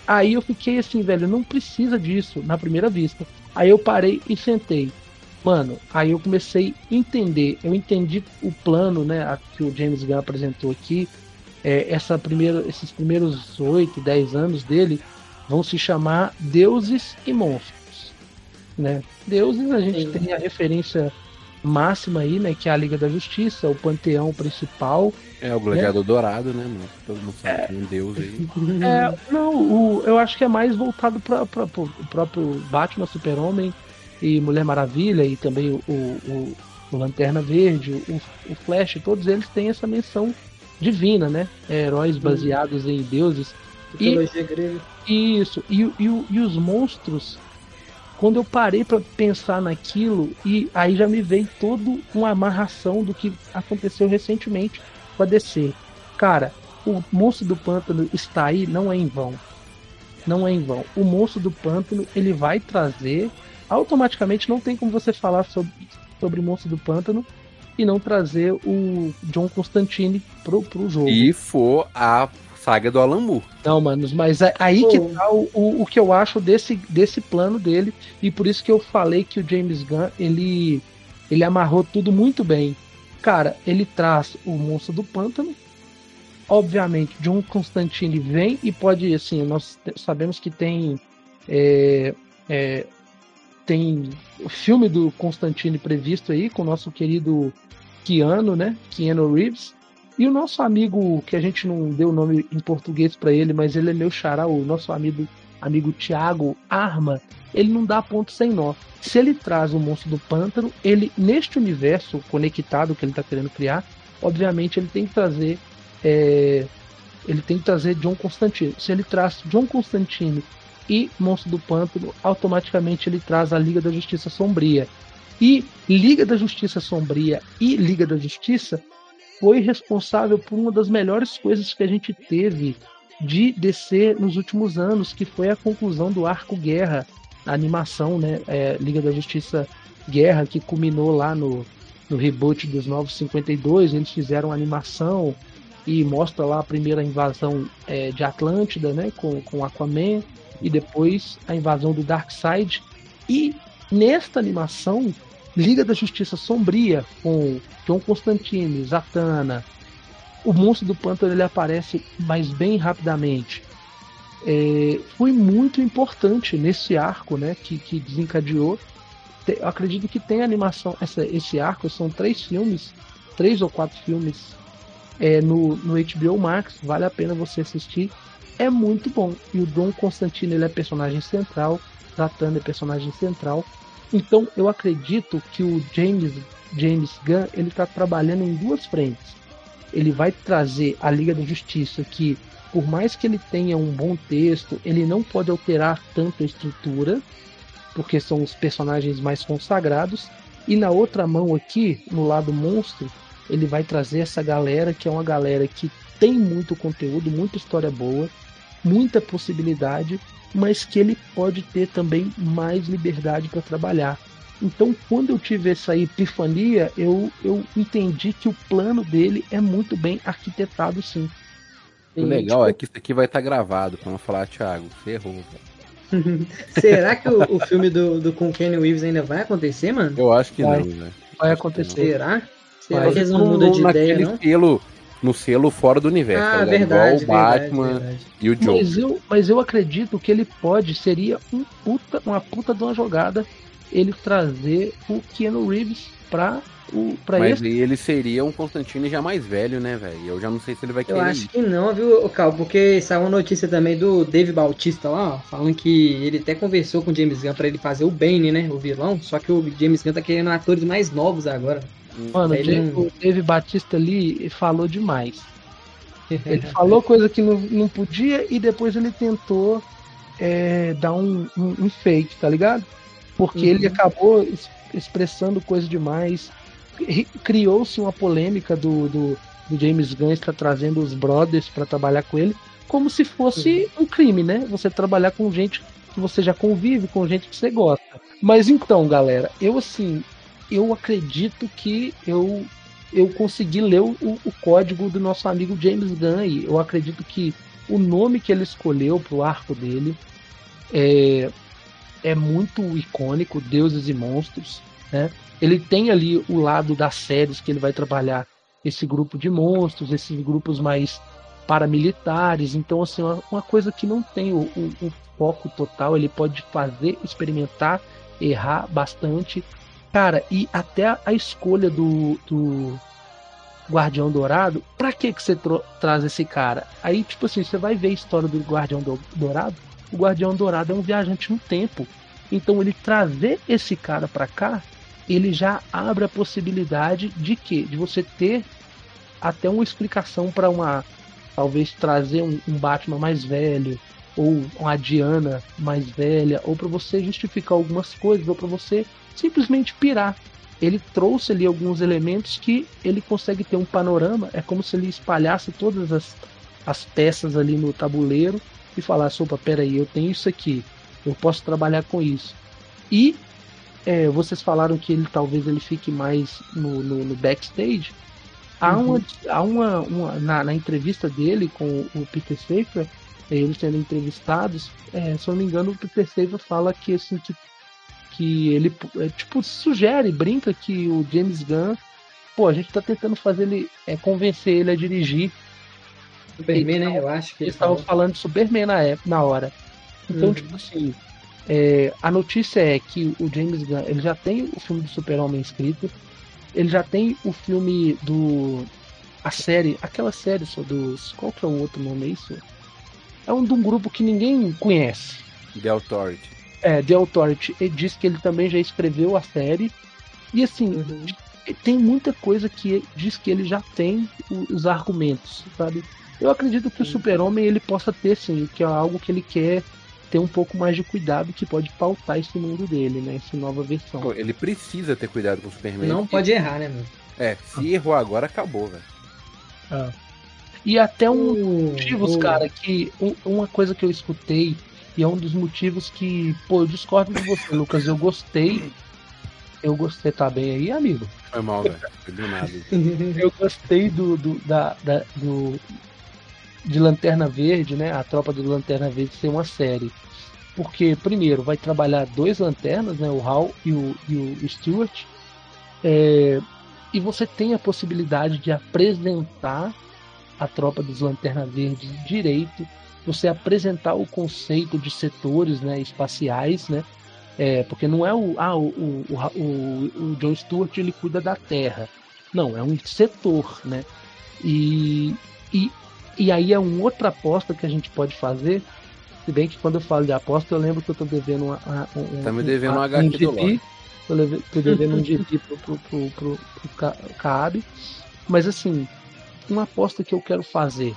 Aí eu fiquei assim, velho, não precisa disso na primeira vista. Aí eu parei e sentei. Mano, aí eu comecei a entender. Eu entendi o plano, né, que o James Gunn apresentou aqui. É, essa primeira, esses primeiros oito, dez anos dele vão se chamar Deuses e Monstros, né? Deuses, a gente Sim. tem a referência máxima aí, né, que é a Liga da Justiça, o panteão principal. É, o Gladiador, né? Dourado, né, mano? Todo mundo sabe é, que é um deus aí. É, não, o, eu acho que é mais voltado para o próprio Batman, Super-Homem e Mulher Maravilha, e também o, o, o Lanterna Verde, o, o Flash, todos eles têm essa menção divina, né? É, heróis baseados em deuses. Mitologia grega. Isso, e, e, e os monstros, quando eu parei para pensar naquilo, e aí já me veio toda uma amarração do que aconteceu recentemente com a D C. Cara, o Monstro do Pântano está aí, não é em vão. Não é em vão. O Monstro do Pântano, ele vai trazer, automaticamente não tem como você falar sobre, sobre o Monstro do Pântano e não trazer o John Constantine pro, pro jogo. E for a saga do Alan Moore. Não, manos, mas aí Pô. que tá o, o, o que eu acho desse, desse plano dele, e por isso que eu falei que o James Gunn, ele, ele amarrou tudo muito bem. Cara, ele traz o Monstro do Pântano, obviamente, John Constantine vem e pode, assim, nós sabemos que tem é, é, tem o filme do Constantine previsto aí, com o nosso querido Keanu, né, Keanu Reeves, e o nosso amigo, que a gente não deu o nome em português para ele, mas ele é meu xará, o nosso amigo, amigo Thiago Arma, ele não dá ponto sem nó. Se ele traz o Monstro do Pântano, ele, neste universo conectado que ele está querendo criar, obviamente ele tem que trazer é, ele tem que trazer John Constantine. Se ele traz John Constantine e Monstro do Pântano, automaticamente ele traz a Liga da Justiça Sombria. E Liga da Justiça Sombria e Liga da Justiça foi responsável por uma das melhores coisas que a gente teve de D C nos últimos anos, que foi a conclusão do arco Guerra, a animação, né, é, Liga da Justiça Guerra, que culminou lá no, no reboot dos Novos cinquenta e dois. Eles fizeram a animação e mostra lá a primeira invasão é, de Atlântida, né, com, com Aquaman, e depois a invasão do Darkseid. E nesta animação, Liga da Justiça Sombria, com John Constantine, Zatanna, o Monstro do Pântano, ele aparece mais bem rapidamente. É, foi muito importante nesse arco, né, que, que desencadeou. Eu acredito que tem animação, essa, esse arco, são três filmes, três ou quatro filmes é, no, no H B O Max, vale a pena você assistir, é muito bom. E o John Constantine, ele é personagem central, Zatanna é personagem central. Então eu acredito que o James, James Gunn, ele está trabalhando em duas frentes. Ele vai trazer a Liga da Justiça, que por mais que ele tenha um bom texto, ele não pode alterar tanto a estrutura, porque são os personagens mais consagrados. E na outra mão aqui, no lado monstro, ele vai trazer essa galera, que é uma galera que tem muito conteúdo, muita história boa, muita possibilidade, mas que ele pode ter também mais liberdade para trabalhar. Então, quando eu tive essa epifania, eu, eu entendi que o plano dele é muito bem arquitetado, sim. O legal tipo... é que isso aqui vai estar tá gravado, quando eu falar, Thiago, você errou, velho. Será que o, o filme do, do com Keanu Reeves ainda vai acontecer, mano? Eu acho que vai, não, velho. Vai acontecer. Será? Será vai. que eles não mudam de ideia, não? Selo, no selo fora do universo, ah, tá verdade, igual o Batman verdade, verdade. e o Joker. Mas eu, mas eu acredito que ele pode, seria um puta, uma puta de uma jogada, ele trazer o Keanu Reeves pra o pra Mas esse... ele seria um Constantine já mais velho, né, velho? Eu já não sei se ele vai querer. Eu acho ir. que não, viu, Cal? Porque saiu uma notícia também do Dave Bautista lá, ó, falando que ele até conversou com o James Gunn pra ele fazer o Bane, né, o vilão, só que o James Gunn tá querendo atores mais novos agora. Mano, ele o não... Dave Bautista ali falou demais. Ele falou coisa que não, não podia e depois ele tentou é, dar um, um, um fake, tá ligado? Porque uhum. ele acabou expressando coisa demais. Criou-se uma polêmica do, do, do James Gunn estar trazendo os brothers para trabalhar com ele, como se fosse uhum. um crime, né? Você trabalhar com gente que você já convive, com gente que você gosta. Mas então, galera, eu assim, eu acredito que eu, eu consegui ler o, o código do nosso amigo James Gunn. E eu acredito que o nome que ele escolheu pro arco dele é, é muito icônico, Deuses e Monstros, né? Ele tem ali o lado das séries que ele vai trabalhar esse grupo de monstros, esses grupos mais paramilitares, então assim, uma, uma coisa que não tem o, o, o foco total, ele pode fazer, experimentar, errar bastante, cara, e até a, a escolha do, do Guardião Dourado, pra que que você traz esse cara? Aí, tipo assim, você vai ver a história do Guardião do Dourado, o Guardião Dourado é um viajante no tempo, então ele trazer esse cara pra cá, ele já abre a possibilidade de quê? De você ter até uma explicação para uma, talvez trazer um, um Batman mais velho, ou uma Diana mais velha, ou para você justificar algumas coisas, ou para você simplesmente pirar. Ele trouxe ali alguns elementos que ele consegue ter um panorama, é como se ele espalhasse todas as, as peças ali no tabuleiro e falasse, opa, peraí, eu tenho isso aqui, eu posso trabalhar com isso. E é, vocês falaram que ele talvez ele fique mais no, no, no backstage. Há uma, uhum. há uma, uma na, na entrevista dele com o Peter Safran, eles sendo entrevistados, é, se eu não me engano, o Peter Safran fala que, assim, que, que ele é, tipo, sugere, brinca que o James Gunn, pô, a gente tá tentando fazer ele, é, convencer ele a dirigir Superman, né? Eu acho que eles estavam falando de Superman na, época, na hora. Então, uhum. tipo assim, é, a notícia é que o James Gunn, ele já tem o filme do Super-Homem escrito, ele já tem o filme do... a série, aquela série só dos... qual que é o outro nome, é isso? É um de um grupo que ninguém conhece. The Authority. É, The Authority. Ele diz que ele também já escreveu a série. E assim, uhum. tem muita coisa que diz que ele já tem os argumentos, sabe? Eu acredito que uhum. o Super-Homem ele possa ter, sim, que é algo que ele quer ter um pouco mais de cuidado, que pode pautar esse mundo dele, né? Essa nova versão. Pô, ele precisa ter cuidado com o Superman. Não pode errar, né, meu? É, se ah. errou agora, acabou, velho. Ah. E até um uh, motivos, uh. cara, que um, uma coisa que eu escutei, e é um dos motivos que, pô, eu discordo de você, Lucas, eu gostei. Eu gostei, tá bem aí, amigo? Foi mal, velho. Foi do nada. Eu gostei do, do, da, da, do de Lanterna Verde, né? A Tropa do Lanterna Verde ser uma série. Porque, primeiro, vai trabalhar dois lanternas, né? O Hal e o, e o Stewart. É, e você tem a possibilidade de apresentar a Tropa dos Lanterna Verdes direito. Você apresentar o conceito de setores, né, espaciais, né? É, porque não é o, ah, o, o, o, o John Stewart ele cuida da Terra. Não, é um setor, né? E, e, e aí é uma outra aposta que a gente pode fazer. Se bem que quando eu falo de aposta, eu lembro que eu tô devendo uma, uma, tá me devendo um, um H Q do Lore. Tô, tô devendo um G P pro, pro, pro, pro, pro Caab. Mas assim, uma aposta que eu quero fazer.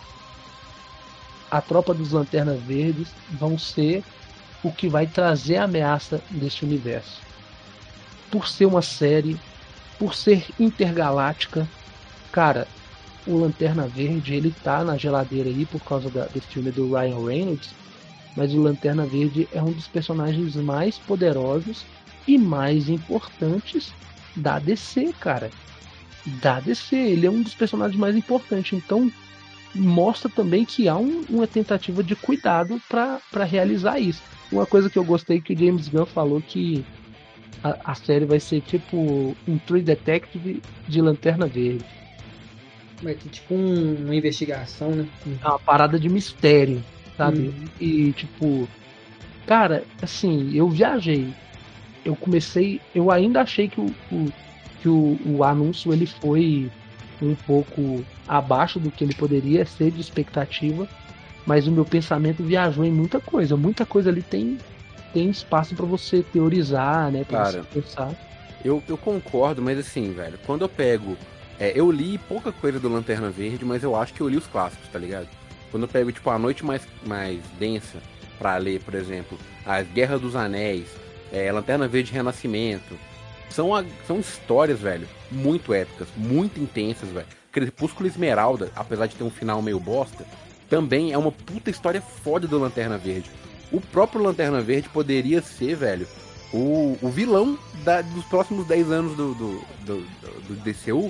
A Tropa dos Lanternas Verdes vão ser o que vai trazer a ameaça deste universo. Por ser uma série, por ser intergaláctica, cara, o Lanterna Verde, ele tá na geladeira aí por causa da, do filme do Ryan Reynolds, mas o Lanterna Verde é um dos personagens mais poderosos e mais importantes da D C, cara. Da D C, ele é um dos personagens mais importantes, então mostra também que há um, uma tentativa de cuidado para realizar isso. Uma coisa que eu gostei que o James Gunn falou que a, a série vai ser tipo um True Detective de Lanterna Verde. Vai ter tipo um, uma investigação, né? É uma parada de mistério, sabe? Uhum. E tipo, cara, assim, eu viajei. Eu comecei, eu ainda achei que o, o, que o, o anúncio ele foi um pouco abaixo do que ele poderia ser de expectativa, mas o meu pensamento viajou em muita coisa. Muita coisa ali tem, tem espaço para você teorizar, né? Pra Cara, você pensar. Eu, eu concordo, mas assim, velho, quando eu pego... É, eu li pouca coisa do Lanterna Verde, mas eu acho que eu li os clássicos, tá ligado? Quando eu pego, tipo, a noite mais, mais densa pra ler, por exemplo, As Guerras dos Anéis, é, Lanterna Verde Renascimento, são, a, são histórias, velho, muito épicas, muito intensas, velho. Crepúsculo Esmeralda, apesar de ter um final meio bosta, também é uma puta história foda do Lanterna Verde. O próprio Lanterna Verde poderia ser, velho, o, o vilão da, dos próximos dez anos do, do, do, do D C U,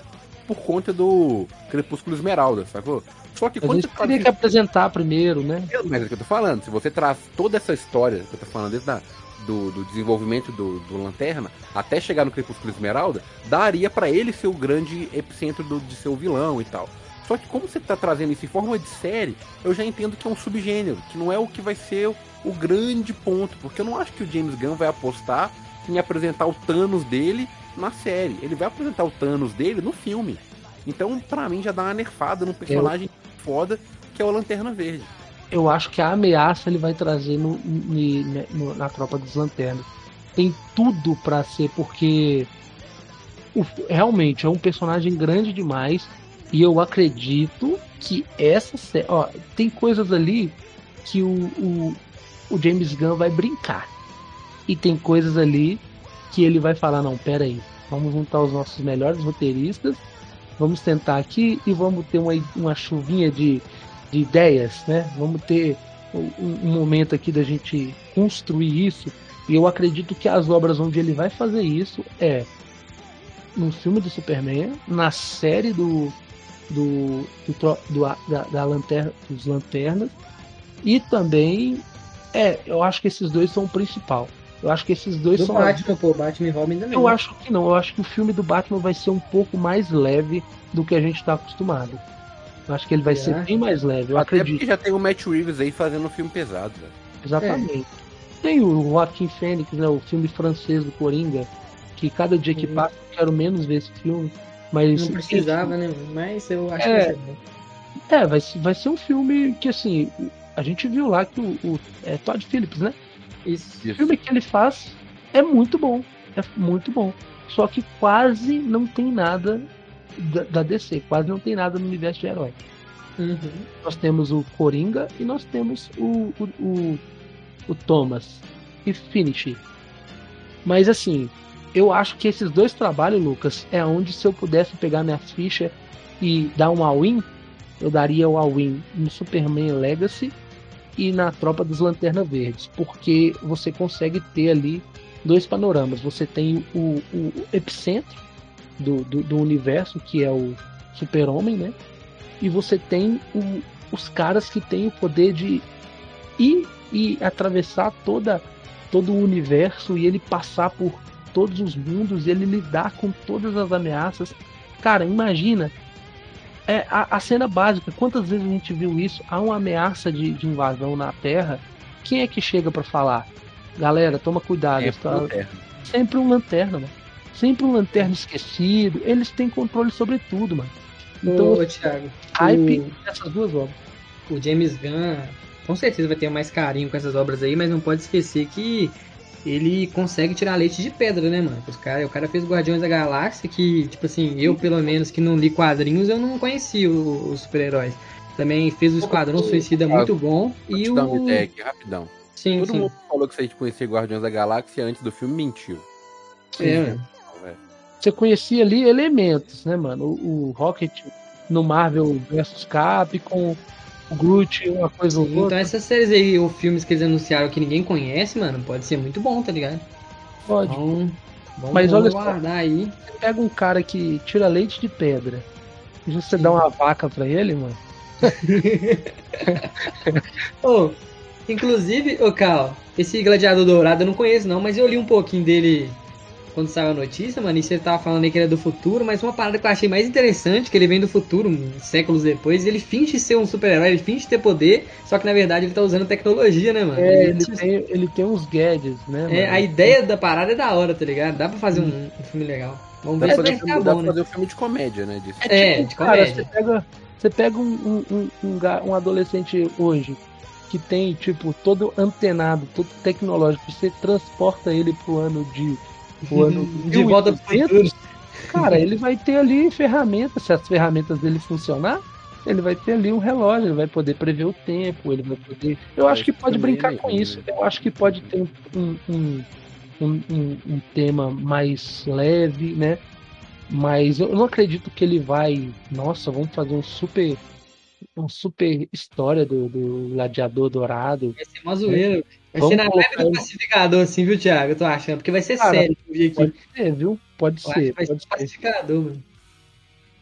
por conta do Crepúsculo Esmeralda, sacou? Só que Mas quando eles você teriam que apresentar primeiro, né? Mas é o que eu tô falando, se você traz toda essa história que eu tô falando desde a, do, do desenvolvimento do, do Lanterna até chegar no Crepúsculo Esmeralda, daria pra ele ser o grande epicentro do, de ser o vilão e tal. Só que como você tá trazendo isso em forma de série, eu já entendo que é um subgênero, que não é o que vai ser o, o grande ponto, porque eu não acho que o James Gunn vai apostar em apresentar o Thanos dele na série. Ele vai apresentar o Thanos dele no filme. Então, pra mim, já dá uma nerfada num personagem eu... foda, que é o Lanterna Verde. Eu acho que a ameaça ele vai trazer no, no, no, na Tropa dos Lanternas. Tem tudo pra ser, porque o, realmente é um personagem grande demais. E eu acredito que essa série. Ó, tem coisas ali que o, o, o James Gunn vai brincar. E tem coisas ali que ele vai falar: não, pera aí, vamos juntar os nossos melhores roteiristas. Vamos tentar aqui e vamos ter uma, uma chuvinha de, de ideias, né? Vamos ter um, um momento aqui da gente construir isso. E eu acredito que as obras onde ele vai fazer isso é no filme do Superman, na série do, do, do, do da, da lanterna, dos Lanternas, e também é, eu acho que esses dois são o principal. Eu acho que esses dois do são. Batman, a... pô, Batman e Robin ainda não. Eu acho que não. Eu acho que o filme do Batman vai ser um pouco mais leve do que a gente tá acostumado. Eu acho que ele vai é. ser bem mais leve. Eu Até acredito. Porque já tem o Matt Reeves aí fazendo um filme pesado, velho. Exatamente. É. Tem o Joaquin Phoenix, né? O filme francês do Coringa. Que cada dia que passa eu quero menos ver esse filme. Mas não precisava, né? Mas eu acho é, que vai ser bom. É, vai, vai ser um filme que assim. A gente viu lá que o, o é Todd Phillips, né? Isso. O filme que ele faz é muito bom, é muito bom. Só que quase não tem nada da, da D C, quase não tem nada no universo de herói. Uhum. Nós temos o Coringa e nós temos o, o, o, o Thomas e Finish. Mas assim, eu acho que esses dois trabalhos, Lucas, é onde se eu pudesse pegar minha ficha e dar um all-in, eu daria o all-in no Superman Legacy e na Tropa dos Lanterna Verdes, porque você consegue ter ali dois panoramas. Você tem o, o epicentro do, do, do universo, que é o Super-Homem, né? E você tem o, os caras que têm o poder de ir e atravessar toda, todo o universo e ele passar por todos os mundos e ele lidar com todas as ameaças. Cara, imagina É, a, a cena básica, quantas vezes a gente viu isso? Há uma ameaça de, de invasão na Terra. Quem é que chega pra falar? Galera, toma cuidado. É tá... um Sempre um lanterna, mano. Sempre um lanterna esquecido. Eles têm controle sobre tudo, mano. Então, ô, Thiago, hype o... dessas duas obras. O James Gunn, com certeza vai ter mais carinho com essas obras aí, mas não pode esquecer que ele consegue tirar leite de pedra, né, mano? Os cara, o cara fez Guardiões da Galáxia, que, tipo assim, eu, pelo menos, que não li quadrinhos, eu não conhecia os super-heróis. Também fez o Esquadrão Suicida muito bom. Vou e te o... dar uma ideia aqui, rapidão. Sim, Todo sim. mundo falou que se a gente conhecia Guardiões da Galáxia antes do filme, mentiu. É, mano. Você conhecia ali elementos, né, mano? O, o Rocket no Marvel versus Capcom, o Groot, uma coisa ou outra. Então essas séries aí, ou filmes que eles anunciaram que ninguém conhece, mano, pode ser muito bom, tá ligado? Pode. Então, vamos, Mas vamos olha guardar só, aí. Você pega um cara que tira leite de pedra e você Sim. dá uma vaca pra ele, mano. oh, inclusive, ô oh, Cal, esse Gladiador Dourado eu não conheço não, mas eu li um pouquinho dele quando saiu a notícia, mano, e você tava falando aí que ele é do futuro, mas uma parada que eu achei mais interessante, que ele vem do futuro, séculos depois, e ele finge ser um super-herói, ele finge ter poder, só que na verdade ele tá usando tecnologia, né, mano? É, ele, ele, tem, ele tem uns gadgets, né, É, mano? a ideia da parada é da hora, tá ligado? Dá pra fazer um, um filme legal. Vamos ver se vai ficar bom, dá né? pra fazer um filme de comédia, né, disso. É, é tipo, de cara, comédia. Você pega, você pega um, um, um, um adolescente hoje que tem, tipo, todo antenado, todo tecnológico, você transporta ele pro ano de... O ano de volta pro futuro. Cara, ele vai ter ali ferramentas, se as ferramentas dele funcionar, ele vai ter ali um relógio, ele vai poder prever o tempo, ele vai poder... Eu acho que pode brincar com isso, eu acho que pode ter um, um, um, um, um tema mais leve, né? Mas eu não acredito que ele vai... Nossa, vamos fazer um super... uma super história do, do Gladiador Dourado. Vai ser uma zoeira. Vai Vamos ser na vibe do Pacificador, assim, viu, Thiago? Eu tô achando. Porque vai ser Cara, sério. Aqui. Pode ser, viu? Pode Eu ser. vai pode ser Pacificador, mano.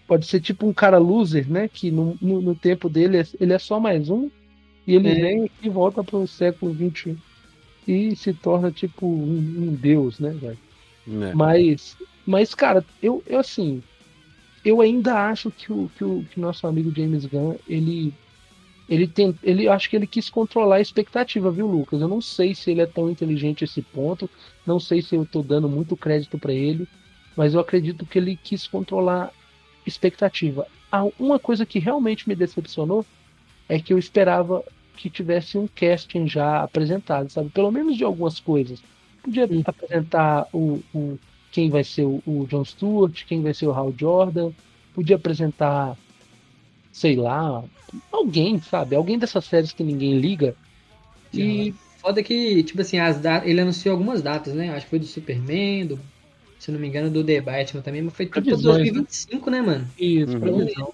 pode ser tipo um cara loser, né? Que no, no, no tempo dele ele é só mais um. E ele É. vem e volta pro século vinte e um. E se torna tipo um, um deus, né, velho? É. Mas, mas, cara, eu, eu assim, eu ainda acho que o, que o que nosso amigo James Gunn, ele, ele tem, ele, eu acho que ele quis controlar a expectativa, viu, Lucas? Eu não sei se ele é tão inteligente a esse ponto, não sei se eu tô dando muito crédito pra ele, mas eu acredito que ele quis controlar expectativa. Ah, uma coisa que realmente me decepcionou é que eu esperava que tivesse um casting já apresentado, sabe? Pelo menos de algumas coisas. Podia Hum. apresentar o, o quem vai ser o, o Jon Stewart, quem vai ser o Hal Jordan, podia apresentar, sei lá, alguém, sabe? Alguém dessas séries que ninguém liga. E Foda que, tipo assim, as datas, ele anunciou algumas datas, né? Acho que foi do Superman, do, se não me engano, do The Batman também, mas foi tudo pra previsões, né? dois mil e vinte e cinco, né, mano? Isso, Uhum. previsão.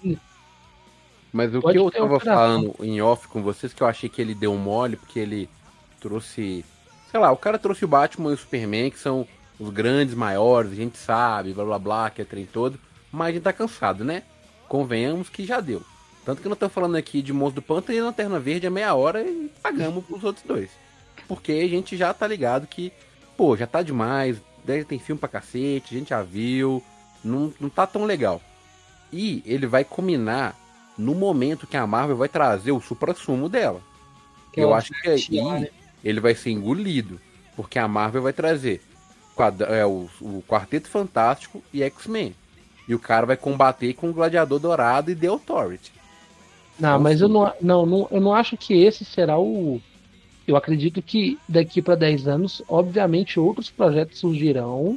Mas o que Pode eu ter tava alteração. falando em off com vocês, que eu achei que ele deu um mole, porque ele trouxe. Sei lá, o cara trouxe o Batman e o Superman, que são os grandes, maiores, a gente sabe, blá blá blá, que é trem todo, mas a gente tá cansado, né? Convenhamos que já deu. Tanto que nós estamos falando aqui de Monstro do Pântano e Lanterna Verde a meia hora e pagamos pros outros dois. Porque a gente já tá ligado que, pô, já tá demais, daí tem filme pra cacete, a gente já viu, não, não tá tão legal. E ele vai combinar no momento que a Marvel vai trazer o supra-sumo dela. Que é Eu o acho que aí lá, né? ele vai ser engolido, porque a Marvel vai trazer quadra- é, o, o Quarteto Fantástico e X-Men. E o cara vai combater com o Gladiador Dourado e The Authority. Não, Então, mas eu sim. não, não, não, eu não acho que esse será o. Eu acredito que daqui para dez anos, obviamente, outros projetos surgirão.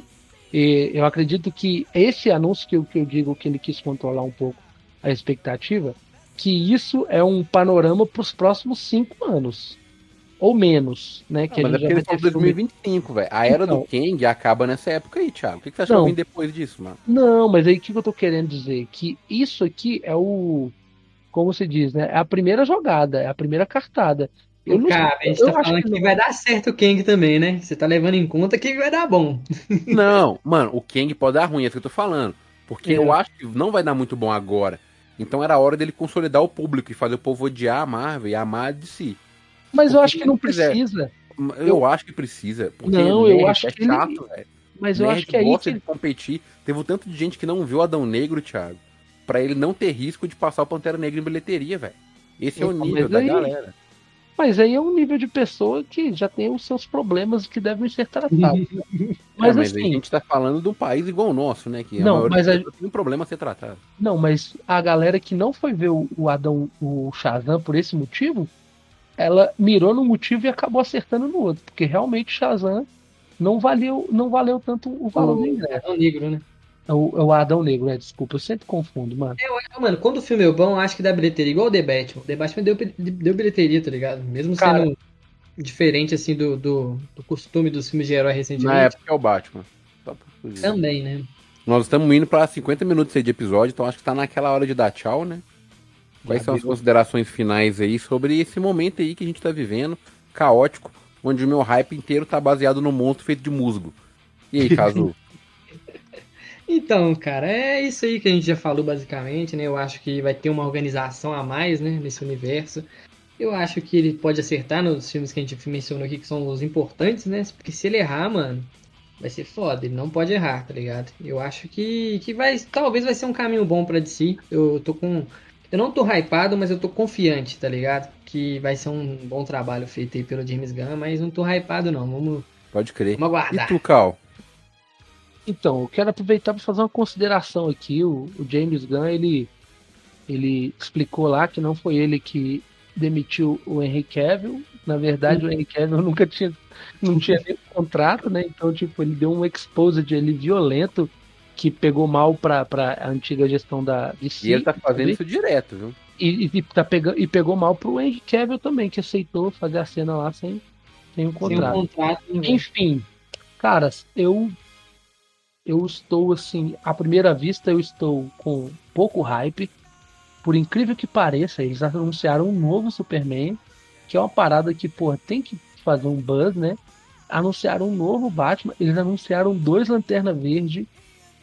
E eu acredito que esse anúncio que eu, que eu digo que ele quis controlar um pouco a expectativa, que isso é um panorama para os próximos cinco anos. Ou menos, né? Ah, Que a mas é gente já porque vai eles falam ter filme. dois mil e vinte e cinco, velho. A era do Então, Kang acaba nessa época aí, Thiago. O que que você acha que vai não, vir depois disso, mano? não, mas aí o que eu tô querendo dizer? Que isso aqui é o. Como se diz, né? É a primeira jogada, é a primeira cartada. Eu Ô, não sei, cara, a gente tá eu acho falando que que não. vai dar certo o Kang também, né? Você tá levando em conta que vai dar bom. Não, mano, o Kang pode dar ruim, é isso que eu tô falando. Porque eu É, acho que não vai dar muito bom agora. Então era a hora dele consolidar o público e fazer o povo odiar a Marvel e amar de si. Mas eu Porque acho se que ele não fizer. precisa. Eu, Eu acho que precisa. Porque não, eu nerd acho é que ele. chato, velho. Mas eu acho Nerd que é aí gosta de que. competir. Teve um tanto de gente que não viu Adão Negro, Thiago. Pra ele não ter risco de passar o Pantera Negra em bilheteria, velho. Esse é o Então, nível mas da aí, galera. mas aí é um nível de pessoa que já tem os seus problemas que devem ser tratados. É, Mas mas aí a assim, gente tá falando de um país igual o nosso, né? Que a não, maioria mas das a, pessoas tem um problema a ser tratado. não, mas a galera que não foi ver o, o Adão, o Shazam por esse motivo, ela mirou no motivo e acabou acertando no outro, porque realmente Shazam não valeu, não valeu tanto o valor do o ingresso. Adão Negro, né? É o, é o Adão Negro, é, desculpa, eu sempre confundo, mano. Eu, acho- mano, quando o filme é bom, eu acho que dá bilheteria, igual o The Batman. O The Batman deu, deu bilheteria, tá ligado? Mesmo Cara, sendo diferente, assim, do, do, do costume dos filmes de herói Na recentemente. época é o Batman. Só pra fugir. Também, né? Nós estamos indo pra cinquenta minutos aí de episódio, então acho que tá naquela hora de dar tchau, né? Quais já são as deu. considerações finais aí sobre esse momento aí que a gente tá vivendo, caótico, onde o meu hype inteiro tá baseado no monstro feito de musgo. E aí, Cazu? Então, cara, é isso aí que a gente já falou basicamente, né? Eu acho que vai ter uma organização a mais, né, nesse universo. Eu acho que ele pode acertar nos filmes que a gente mencionou aqui, que são os importantes, né? Porque se ele errar, mano, vai ser foda. Ele não pode errar, tá ligado? Eu acho que, que vai, talvez vai ser um caminho bom pra D C. Eu tô com. Eu não tô hypado, mas eu tô confiante, tá ligado? Que vai ser um bom trabalho feito aí pelo James Gunn, mas não tô hypado não. Vamos, Pode crer. vamos E aguardar. tu, Cal? Então, eu quero aproveitar para fazer uma consideração aqui. O, o James Gunn, ele, ele explicou lá que não foi ele que demitiu o Henry Cavill. Na verdade, o Henry Cavill nunca tinha, não tinha nem contrato, né? Então, tipo, ele deu um exposed ali violento que pegou mal para a antiga gestão da D C. E ele tá fazendo também. isso direto, viu? E, e, tá pegando, e pegou mal pro Henry Cavill também, que aceitou fazer a cena lá sem, sem um Sem um contrato. contrato, hein, velho? Enfim, caras, eu eu estou assim, à primeira vista eu estou com pouco hype. Por incrível que pareça, eles anunciaram um novo Superman, que é uma parada que, pô, tem que fazer um buzz, né? Anunciaram um novo Batman, eles anunciaram dois Lanterna Verde.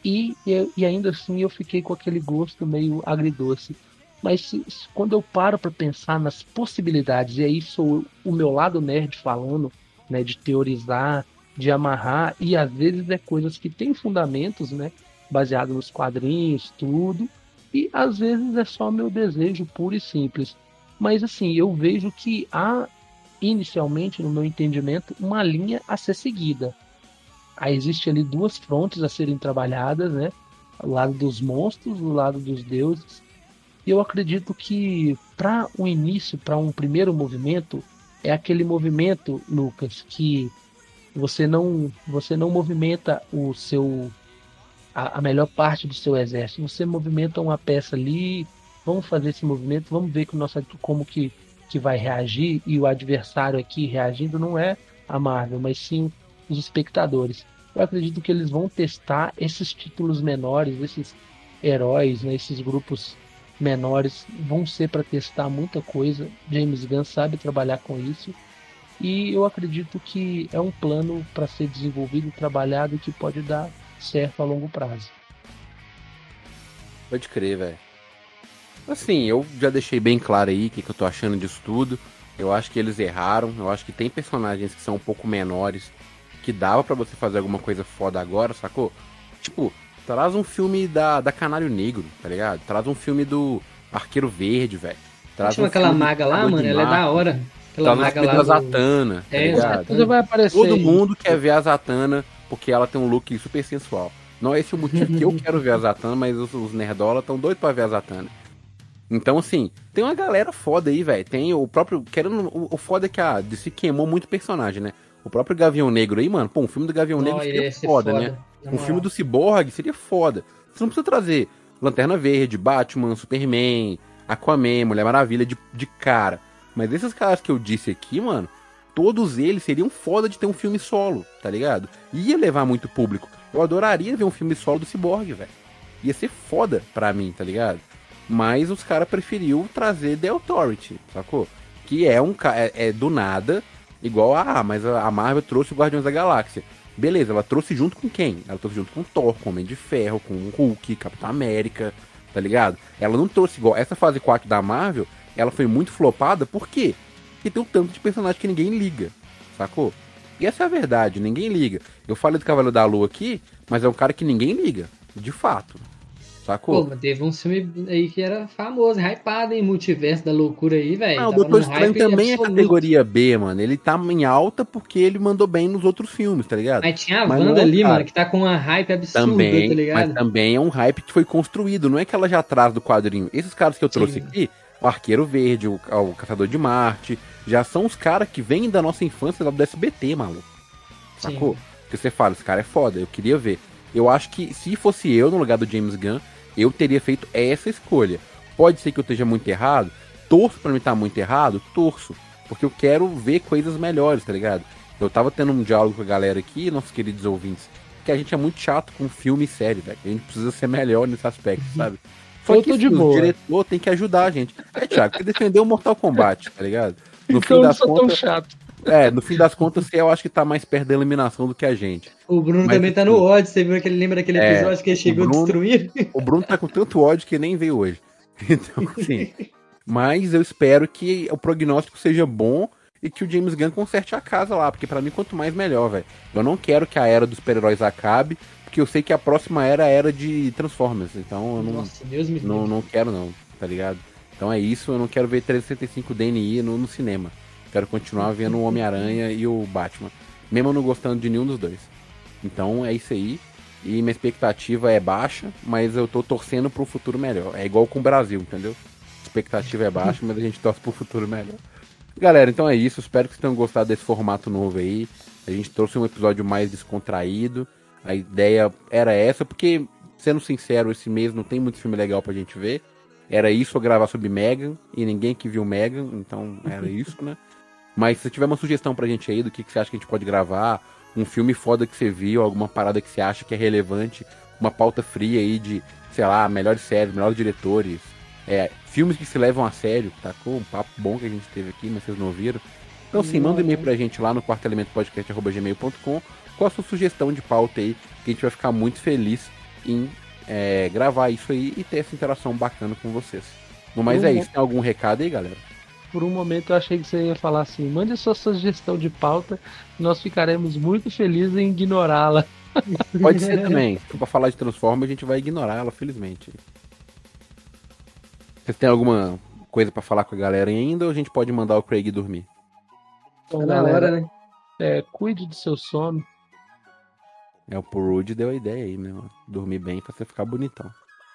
E, e, e ainda assim eu fiquei com aquele gosto meio agridoce. Mas se, se, quando eu paro para pensar nas possibilidades, e aí sou o meu lado nerd falando, né, de teorizar, de amarrar, e às vezes é coisas que têm fundamentos, né, baseado nos quadrinhos, tudo, e às vezes é só meu desejo puro e simples. Mas assim, eu vejo que há, inicialmente, no meu entendimento, uma linha a ser seguida. Aí existe ali duas frontes a serem trabalhadas, né? O lado dos monstros, o lado dos deuses. E eu acredito que para um início, para um primeiro movimento, é aquele movimento, Lucas, que você não, você não movimenta o seu a, a melhor parte do seu exército. Você movimenta uma peça ali, vamos fazer esse movimento, vamos ver que o nosso, como que, que vai reagir, e o adversário aqui reagindo não é a Marvel, mas sim os espectadores. Eu acredito que eles vão testar esses títulos menores, esses heróis, né, esses grupos menores, vão ser para testar muita coisa. James Gunn sabe trabalhar com isso. E eu acredito que é um plano para ser desenvolvido e trabalhado que pode dar certo a longo prazo. Pode crer, velho. Assim, eu já deixei bem claro aí o que, que eu tô achando disso tudo. Eu acho que eles erraram. Eu acho que tem personagens que são um pouco menores, que dava pra você fazer alguma coisa foda agora, sacou? Tipo, traz um filme da, da Canário Negro, tá ligado? Traz um filme do Arqueiro Verde, velho. Traz Chama um aquela filme maga do lá, Caçador mano, de ela é da Marte. hora. Aquela Traz um maga filme lá da do... Zatanna, tá É, ligado? Tudo vai aparecer. Todo mundo quer ver a Zatanna porque ela tem um look super sensual. Não é esse o motivo que eu quero ver a Zatanna, mas os, os nerdola estão doidos pra ver a Zatanna. Então, assim, tem uma galera foda aí, velho. Tem o próprio. Querendo, o, o foda é que a D C queimou muito personagem, né? O próprio Gavião Negro aí, mano. Pô, um filme do Gavião Não, Negro ele seria ia ser foda, foda, né? na Um moral. filme do Cyborg seria foda. Você não precisa trazer Lanterna Verde, Batman, Superman, Aquaman, Mulher Maravilha de, de cara. Mas esses caras que eu disse aqui, mano, todos eles seriam foda de ter um filme solo, tá ligado? Ia levar muito público. Eu adoraria ver um filme solo do Cyborg, velho. Ia ser foda pra mim, tá ligado? Mas os caras preferiu trazer The Authority, sacou? Que é um cara, é, é do nada, igual a, ah, mas a Marvel trouxe o Guardiões da Galáxia. Beleza, ela trouxe junto com quem? Ela trouxe junto com Thor, com Homem de Ferro, com o Hulk, Capitão América, tá ligado? Ela não trouxe igual, essa fase quatro da Marvel, ela foi muito flopada, por quê? Porque tem um tanto de personagem que ninguém liga, sacou? E essa é a verdade, ninguém liga. Eu falei do Cavaleiro da Lua aqui, mas é um cara que ninguém liga, de fato. Sacou? Pô, mas teve um filme aí que era famoso, hypado, hein? Multiverso da loucura aí, velho. Ah, o Tava Doutor num Estranho hype também é absoluto. categoria B, mano. Ele tá em alta porque ele mandou bem nos outros filmes, tá ligado? Mas tinha a Mas não Wanda é o ali, cara. mano, que tá com uma hype absurda, Também, tá mas ligado? também é um hype que foi construído, não é que ela já traz do quadrinho. Esses caras que eu trouxe Sim. aqui, o Arqueiro Verde, o, o Caçador de Marte, já são os caras que vêm da nossa infância lá do S B T, maluco. Sacou? Sim. Porque você fala, esse cara é foda, eu queria ver. Eu acho que se fosse eu no lugar do James Gunn, eu teria feito essa escolha. Pode ser que eu esteja muito errado, torço pra mim estar muito errado, torço. Porque eu quero ver coisas melhores, tá ligado? Eu tava tendo um diálogo com a galera aqui, nossos queridos ouvintes, que a gente é muito chato com filme e série, velho. A gente precisa ser melhor nesse aspecto, sabe? Só Eu que tô de sim, o boa. diretor tem que ajudar a gente. É, Thiago, você defendeu o Mortal Kombat, tá ligado? No Então fim eu não das sou tão contas, chato. é, no fim das contas, você eu acho que tá mais perto da eliminação do que a gente. O Bruno Mas, também tá assim, no ódio, você viu aquele, lembra daquele É, episódio que ele o chegou Bruno- destruindo? O Bruno tá com tanto ódio que nem veio hoje. Então, assim. Mas eu espero que o prognóstico seja bom e que o James Gunn conserte a casa lá, porque pra mim quanto mais melhor, velho. Eu não quero que a era dos super-heróis acabe, porque eu sei que a próxima era a era de Transformers. Então eu não, Nossa, Deus me não, livre. não quero não, tá ligado? Então é isso, eu não quero ver trezentos e sessenta e cinco D N I no, no cinema. Quero continuar vendo o Homem-Aranha e o Batman. Mesmo eu não gostando de nenhum dos dois. Então é isso aí. E minha expectativa é baixa, mas eu tô torcendo pro futuro melhor. É igual com o Brasil, entendeu? A expectativa é baixa, mas a gente torce pro futuro melhor. Galera, então é isso. Espero que vocês tenham gostado desse formato novo aí. A gente trouxe um episódio mais descontraído. A ideia era essa, porque, sendo sincero, esse mês não tem muito filme legal pra gente ver. Era isso, eu gravar sobre Megan, e ninguém que viu Megan, então era isso, né? Mas se tiver uma sugestão pra gente aí do que, que você acha que a gente pode gravar, um filme foda que você viu, alguma parada que você acha que é relevante, uma pauta fria aí de, sei lá, melhores séries, melhores diretores, é, filmes que se levam a sério, tá? Com um papo bom que a gente teve aqui, mas vocês não ouviram. Então, assim, manda um e-mail pra gente lá no quarto elemento podcast arroba gmail ponto com com a sua sugestão de pauta aí, que a gente vai ficar muito feliz em é, gravar isso aí e ter essa interação bacana com vocês. No mais Eu é vou- isso. Tem algum recado aí, galera? Por um momento eu achei que você ia falar assim: mande sua sugestão de pauta, nós ficaremos muito felizes em ignorá-la. Pode ser também. Se for pra falar de Transformers, a gente vai ignorar ela, felizmente. Vocês têm alguma coisa pra falar com a galera ainda ou a gente pode mandar o Craig dormir? Então, Tá na galera, hora, né? é, cuide do seu sono. É, o Purude deu a ideia aí, né? Mano? Dormir bem pra você ficar bonitão.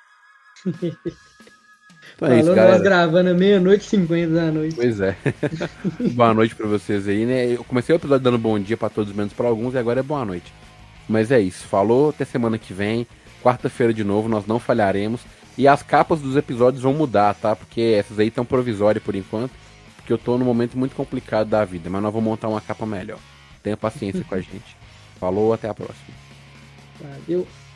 Então é isso, Falou nós galera. gravando à meia-noite e cinquenta da noite. Pois é. Boa noite pra vocês aí, né? Eu comecei o episódio dando bom dia pra todos, menos pra alguns, e agora é boa noite. Mas é isso. Falou, até semana que vem. Quarta-feira de novo, nós não falharemos. E as capas dos episódios vão mudar, tá? Porque essas aí estão provisórias por enquanto. Porque eu tô num momento muito complicado da vida. Mas nós vamos montar uma capa melhor. Tenha paciência com a gente. Falou, até a próxima. Valeu.